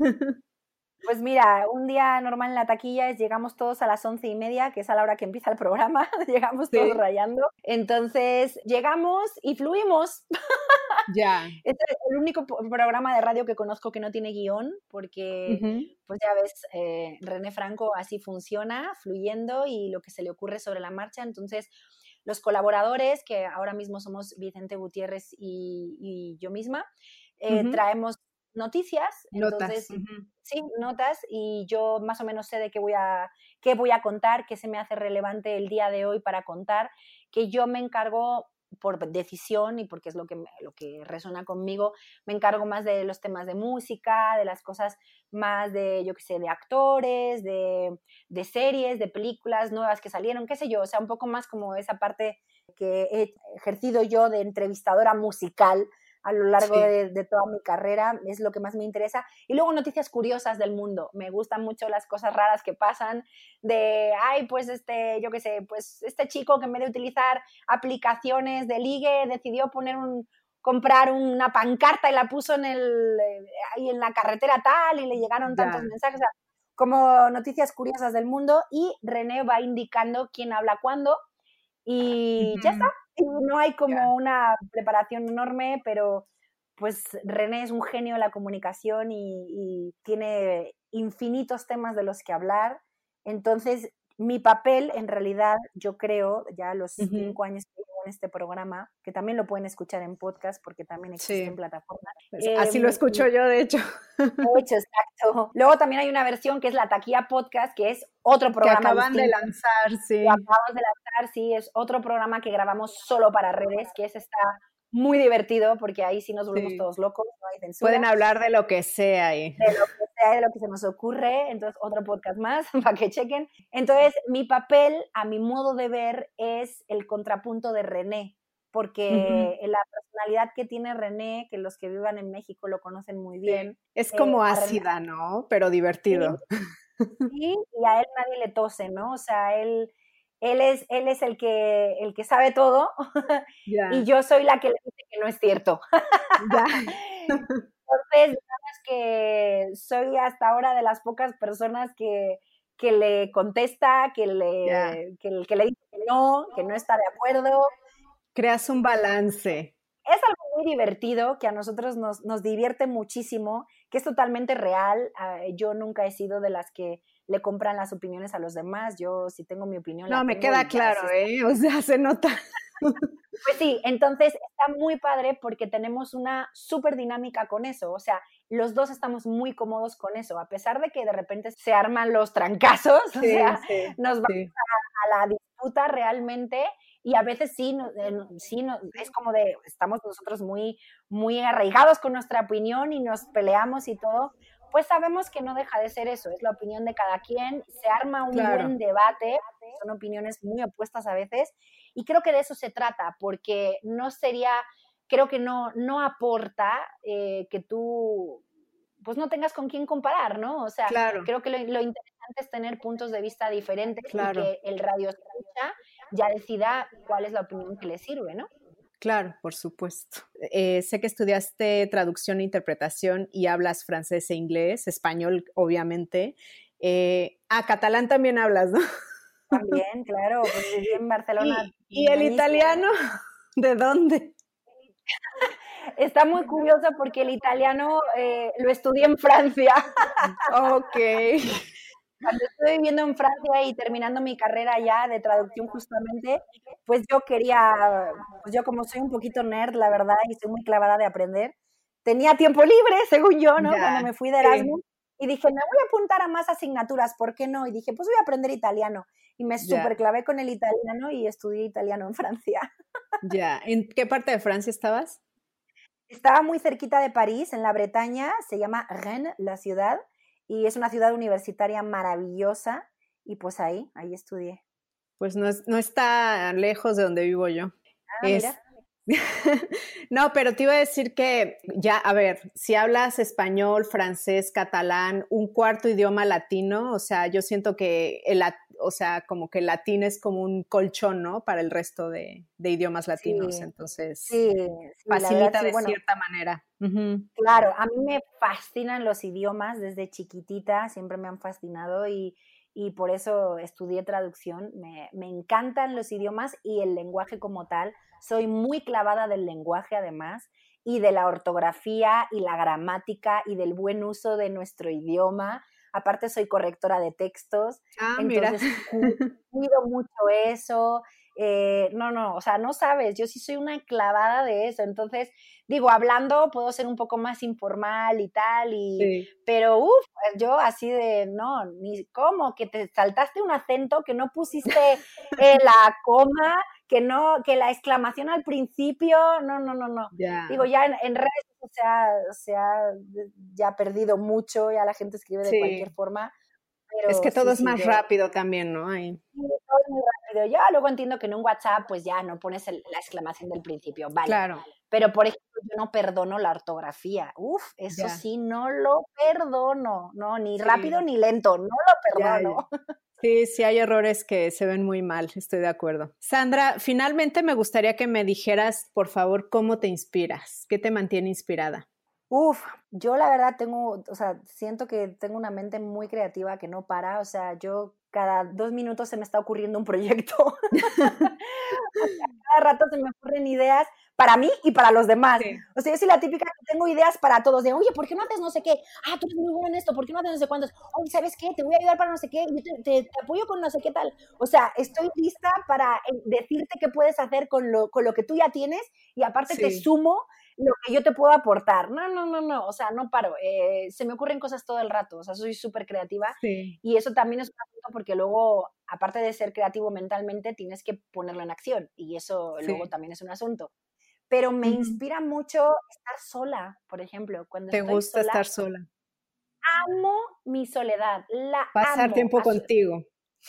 Pues mira, un día normal en La Taquilla es llegamos todos a las once y media, que es a la hora que empieza el programa, llegamos todos Sí. rayando. Entonces llegamos y fluimos. Ya. Este es el único programa de radio que conozco que no tiene guión, porque Uh-huh. pues ya ves, eh, René Franco así funciona, fluyendo y lo que se le ocurre sobre la marcha. Entonces los colaboradores, que ahora mismo somos Vicente Gutiérrez y, y yo misma, eh, Uh-huh. traemos noticias, Notas. entonces, Uh-huh. sí, notas, y yo más o menos sé de qué voy a, qué voy a contar, qué se me hace relevante el día de hoy para contar, que yo me encargo por decisión y porque es lo que, me, lo que resuena conmigo, me encargo más de los temas de música, de las cosas más de, yo qué sé, de actores, de, de series, de películas nuevas que salieron, qué sé yo, o sea, un poco más como esa parte que he ejercido yo de entrevistadora musical a lo largo Sí. de, de toda mi carrera, es lo que más me interesa. Y luego noticias curiosas del mundo, me gustan mucho las cosas raras que pasan, de, ay, pues este, yo qué sé, pues este chico que en vez de utilizar aplicaciones de ligue, decidió poner un, comprar una pancarta y la puso en, el, ahí en la carretera tal y le llegaron Ya. tantos mensajes, o sea, como noticias curiosas del mundo, y René va indicando quién habla cuándo y Uh-huh. ya está. Y no hay como Ya. una preparación enorme, pero pues René es un genio de la comunicación y, y tiene infinitos temas de los que hablar. Entonces, mi papel, en realidad, yo creo, ya a los Uh-huh. cinco años que llevo en este programa, que también lo pueden escuchar en podcast porque también existe Sí. en plataformas. Pues Eh, así lo escucho yo, de hecho. de hecho, exacto. Luego también hay una versión que es La Taquilla Podcast, que es otro Que programa acaban de distinto. lanzar, Lo sí. acabamos de lanzar, sí, es otro programa que grabamos solo para redes, que ese está muy divertido porque ahí sí nos volvemos Sí. todos locos, no hay Pueden censura. hablar de lo que sea ahí. De lo que sea, de lo que se nos ocurre, entonces otro podcast más para que chequen. Entonces, mi papel, a mi modo de ver, es el contrapunto de René, porque Uh-huh. la personalidad que tiene René, que los que vivan en México lo conocen muy bien, Sí. Es eh, como a René, ácida, ¿no? Pero sí, divertido. sí, y a él nadie le tose, ¿no? O sea, él, él, es, él es el que, el que sabe todo y Ya, yo soy la que le dice que no es cierto. ya. Entonces, digamos que soy hasta ahora de las pocas personas que, que le contesta, que Ya. le, que, que le dice que no, que no está de acuerdo. Creas un balance. Es algo muy divertido, que a nosotros nos, nos divierte muchísimo, que es totalmente real. Uh, yo nunca he sido de las que le compran las opiniones a los demás. Yo, si tengo mi opinión, No, la me tengo queda y ya. claro, Si ¿eh? O sea, se nota. Pues sí, entonces está muy padre porque tenemos una súper dinámica con eso, o sea, los dos estamos muy cómodos con eso, a pesar de que de repente se arman los trancazos, Sí, o sea, sí, nos vamos sí. a, a la disputa realmente y a veces sí, no, eh, sí no, es como de, estamos nosotros muy, muy arraigados con nuestra opinión y nos peleamos y todo, pues sabemos que no deja de ser eso, es la opinión de cada quien, se arma un Claro. buen debate, son opiniones muy opuestas a veces, y creo que de eso se trata, porque no sería, creo que no, no aporta eh, que tú pues no tengas con quién comparar, ¿no? O sea, Claro, creo que lo, lo interesante es tener puntos de vista diferentes y claro, que el radio escucha ya decida cuál es la opinión que le sirve, ¿no? claro, por supuesto. Eh, sé que estudiaste traducción e interpretación y hablas francés e inglés, español, obviamente. Eh, ah, catalán también hablas, ¿no? También, claro, pues viví en Barcelona ¿Y, y un el añísimo. italiano? ¿De dónde? Está muy curioso porque el italiano eh, lo estudié en Francia. Ok. Cuando estuve viviendo en Francia y terminando mi carrera ya de traducción justamente, pues yo quería, pues yo como soy un poquito nerd, la verdad, y soy muy clavada de aprender, tenía tiempo libre, según yo, ¿no? Cuando Ya, me fui de sí, Erasmus, y dije, me voy a apuntar a más asignaturas, ¿por qué no? Y dije, pues voy a aprender italiano. Y me ya, súper clavé con el italiano y estudié italiano en Francia. ya. ¿En qué parte de Francia estabas? Estaba muy cerquita de París, en la Bretaña, se llama Rennes, la ciudad, y es una ciudad universitaria maravillosa, y pues ahí, ahí estudié. Pues no, es, no está lejos de donde vivo yo. Ah, Es, mira. No, pero te iba a decir que ya, a ver, si hablas español, francés, catalán, un cuarto idioma latino, o sea, yo siento que el, o sea, como que el latín es como un colchón, ¿no? Para el resto de, de idiomas latinos, Sí, entonces sí, sí, la verdad facilita sí, de bueno, cierta manera. Uh-huh. claro, a mí me fascinan los idiomas desde chiquitita, siempre me han fascinado y, y por eso estudié traducción. Me, me encantan los idiomas y el lenguaje como tal. Soy muy clavada del lenguaje además y de la ortografía y la gramática y del buen uso de nuestro idioma. Aparte soy correctora de textos, Ah, mira. entonces cu- cuido mucho eso. Eh, no, no, o sea, no sabes, yo sí soy una clavada de eso. Entonces, digo, hablando puedo ser un poco más informal y tal, y, Sí. pero uff, yo así de, no, ni cómo, que te saltaste un acento, que no pusiste eh, la coma, que no, que la exclamación al principio, no, no, no, no. Ya. Digo, ya en, en redes se ha, se ha ya perdido mucho, ya la gente escribe de cualquier Sí. forma, Es pero que todo sí, es sí, más yo... rápido también, ¿no? Ahí. Sí, todo es muy rápido. Ya luego entiendo que en un WhatsApp pues ya no pones el- la exclamación del principio, vale. Claro, Pero por ejemplo, yo no perdono la ortografía. Uf, eso ya. sí, no lo perdono. No, ni rápido Sí, ni lento, no lo ya, ya. perdono. Sí, sí hay errores que se ven muy mal, estoy de acuerdo. Sandra, finalmente me gustaría que me dijeras, por favor, cómo te inspiras, qué te mantiene inspirada. Uf, yo la verdad tengo, o sea, siento que tengo una mente muy creativa que no para, o sea, yo cada dos minutos se me está ocurriendo un proyecto. Cada rato se me ocurren ideas para mí y para los demás. Sí, O sea, yo soy la típica que tengo ideas para todos, de, oye, ¿por qué no haces no sé qué? Ah, tú eres muy bueno en esto, ¿por qué no haces no sé cuántos? Oye, ¿sabes qué? Te voy a ayudar para no sé qué, yo te, te, te apoyo con no sé qué tal. O sea, estoy lista para eh, decirte qué puedes hacer con lo, con lo que tú ya tienes y aparte te sí. sumo lo que yo te puedo aportar. No, no, no, no, o sea, no paro. Eh, se me ocurren cosas todo el rato, o sea, soy súper creativa Sí. y eso también es un asunto porque luego, aparte de ser creativo mentalmente, tienes que ponerlo en acción y eso luego Sí. también es un asunto. Pero me Ujú. inspira mucho estar sola, por ejemplo, cuando ¿Te estoy gusta sola, estar sola? amo mi soledad, la Pasar amo. tiempo contigo.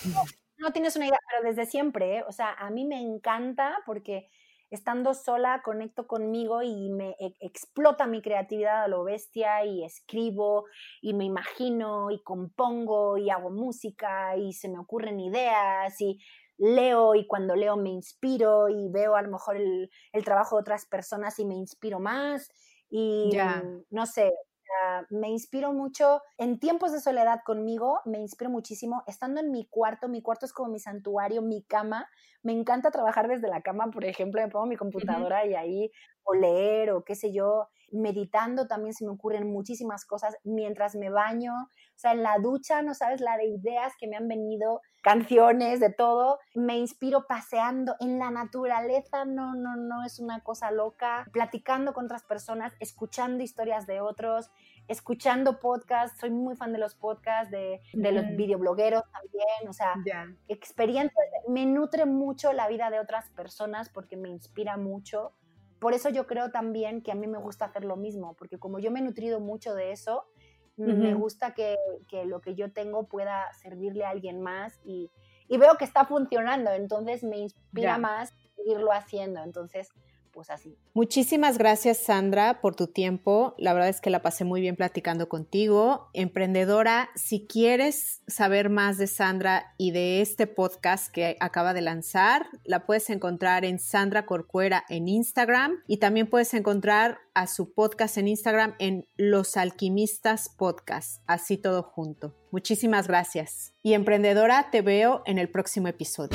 No tienes una idea, pero desde siempre, ¿eh? O sea, a mí me encanta porque estando sola conecto conmigo y me e- explota mi creatividad a lo bestia y escribo y me imagino y compongo y hago música y se me ocurren ideas y leo y cuando leo me inspiro y veo a lo mejor el, el trabajo de otras personas y me inspiro más y Ya, mm, no sé, sea, me inspiro mucho en tiempos de soledad conmigo, me inspiro muchísimo estando en mi cuarto, mi cuarto es como mi santuario, mi cama, me encanta trabajar desde la cama, por ejemplo, me pongo mi ujú, computadora y ahí o leer o qué sé yo, meditando también se me ocurren muchísimas cosas mientras me baño, o sea, en la ducha no sabes la de ideas que me han venido, canciones, de todo, me inspiro paseando en la naturaleza, no, no, no, es una cosa loca, platicando con otras personas, escuchando historias de otros, escuchando podcasts, soy muy fan de los podcasts, de, de los ujú, videoblogueros también, o sea, ya, experiencias, me nutre mucho la vida de otras personas porque me inspira mucho. Por eso yo creo también que a mí me gusta hacer lo mismo, porque como yo me he nutrido mucho de eso, me ujú, gusta que, que lo que yo tengo pueda servirle a alguien más y, y veo que está funcionando, entonces me inspira ya. más seguirlo haciendo, entonces pues así. Muchísimas gracias, Sandra, por tu tiempo. La verdad es que la pasé muy bien platicando contigo. Emprendedora, si quieres saber más de Sandra y de este podcast que acaba de lanzar, la puedes encontrar en Sandra Corcuera en Instagram y también puedes encontrar a su podcast en Instagram en Los Alquimistas Podcast, así todo junto. Muchísimas gracias. Y emprendedora, te veo en el próximo episodio.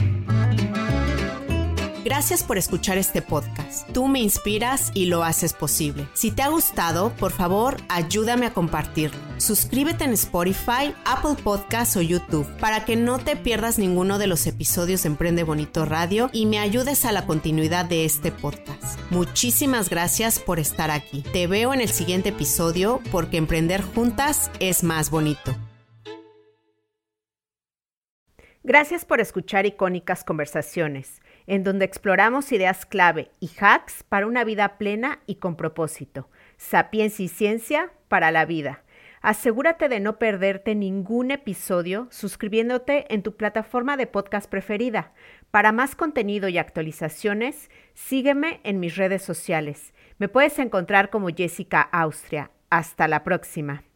Gracias por escuchar este podcast. Tú me inspiras y lo haces posible. Si te ha gustado, por favor, ayúdame a compartirlo. Suscríbete en Spotify, Apple Podcasts o YouTube para que no te pierdas ninguno de los episodios de Emprende Bonito Radio y me ayudes a la continuidad de este podcast. Muchísimas gracias por estar aquí. Te veo en el siguiente episodio porque emprender juntas es más bonito. Gracias por escuchar Icónicas Conversaciones, en donde exploramos ideas clave y hacks para una vida plena y con propósito. Sapiencia y ciencia para la vida. Asegúrate de no perderte ningún episodio suscribiéndote en tu plataforma de podcast preferida. Para más contenido y actualizaciones, sígueme en mis redes sociales. Me puedes encontrar como Jessica Austria. Hasta la próxima.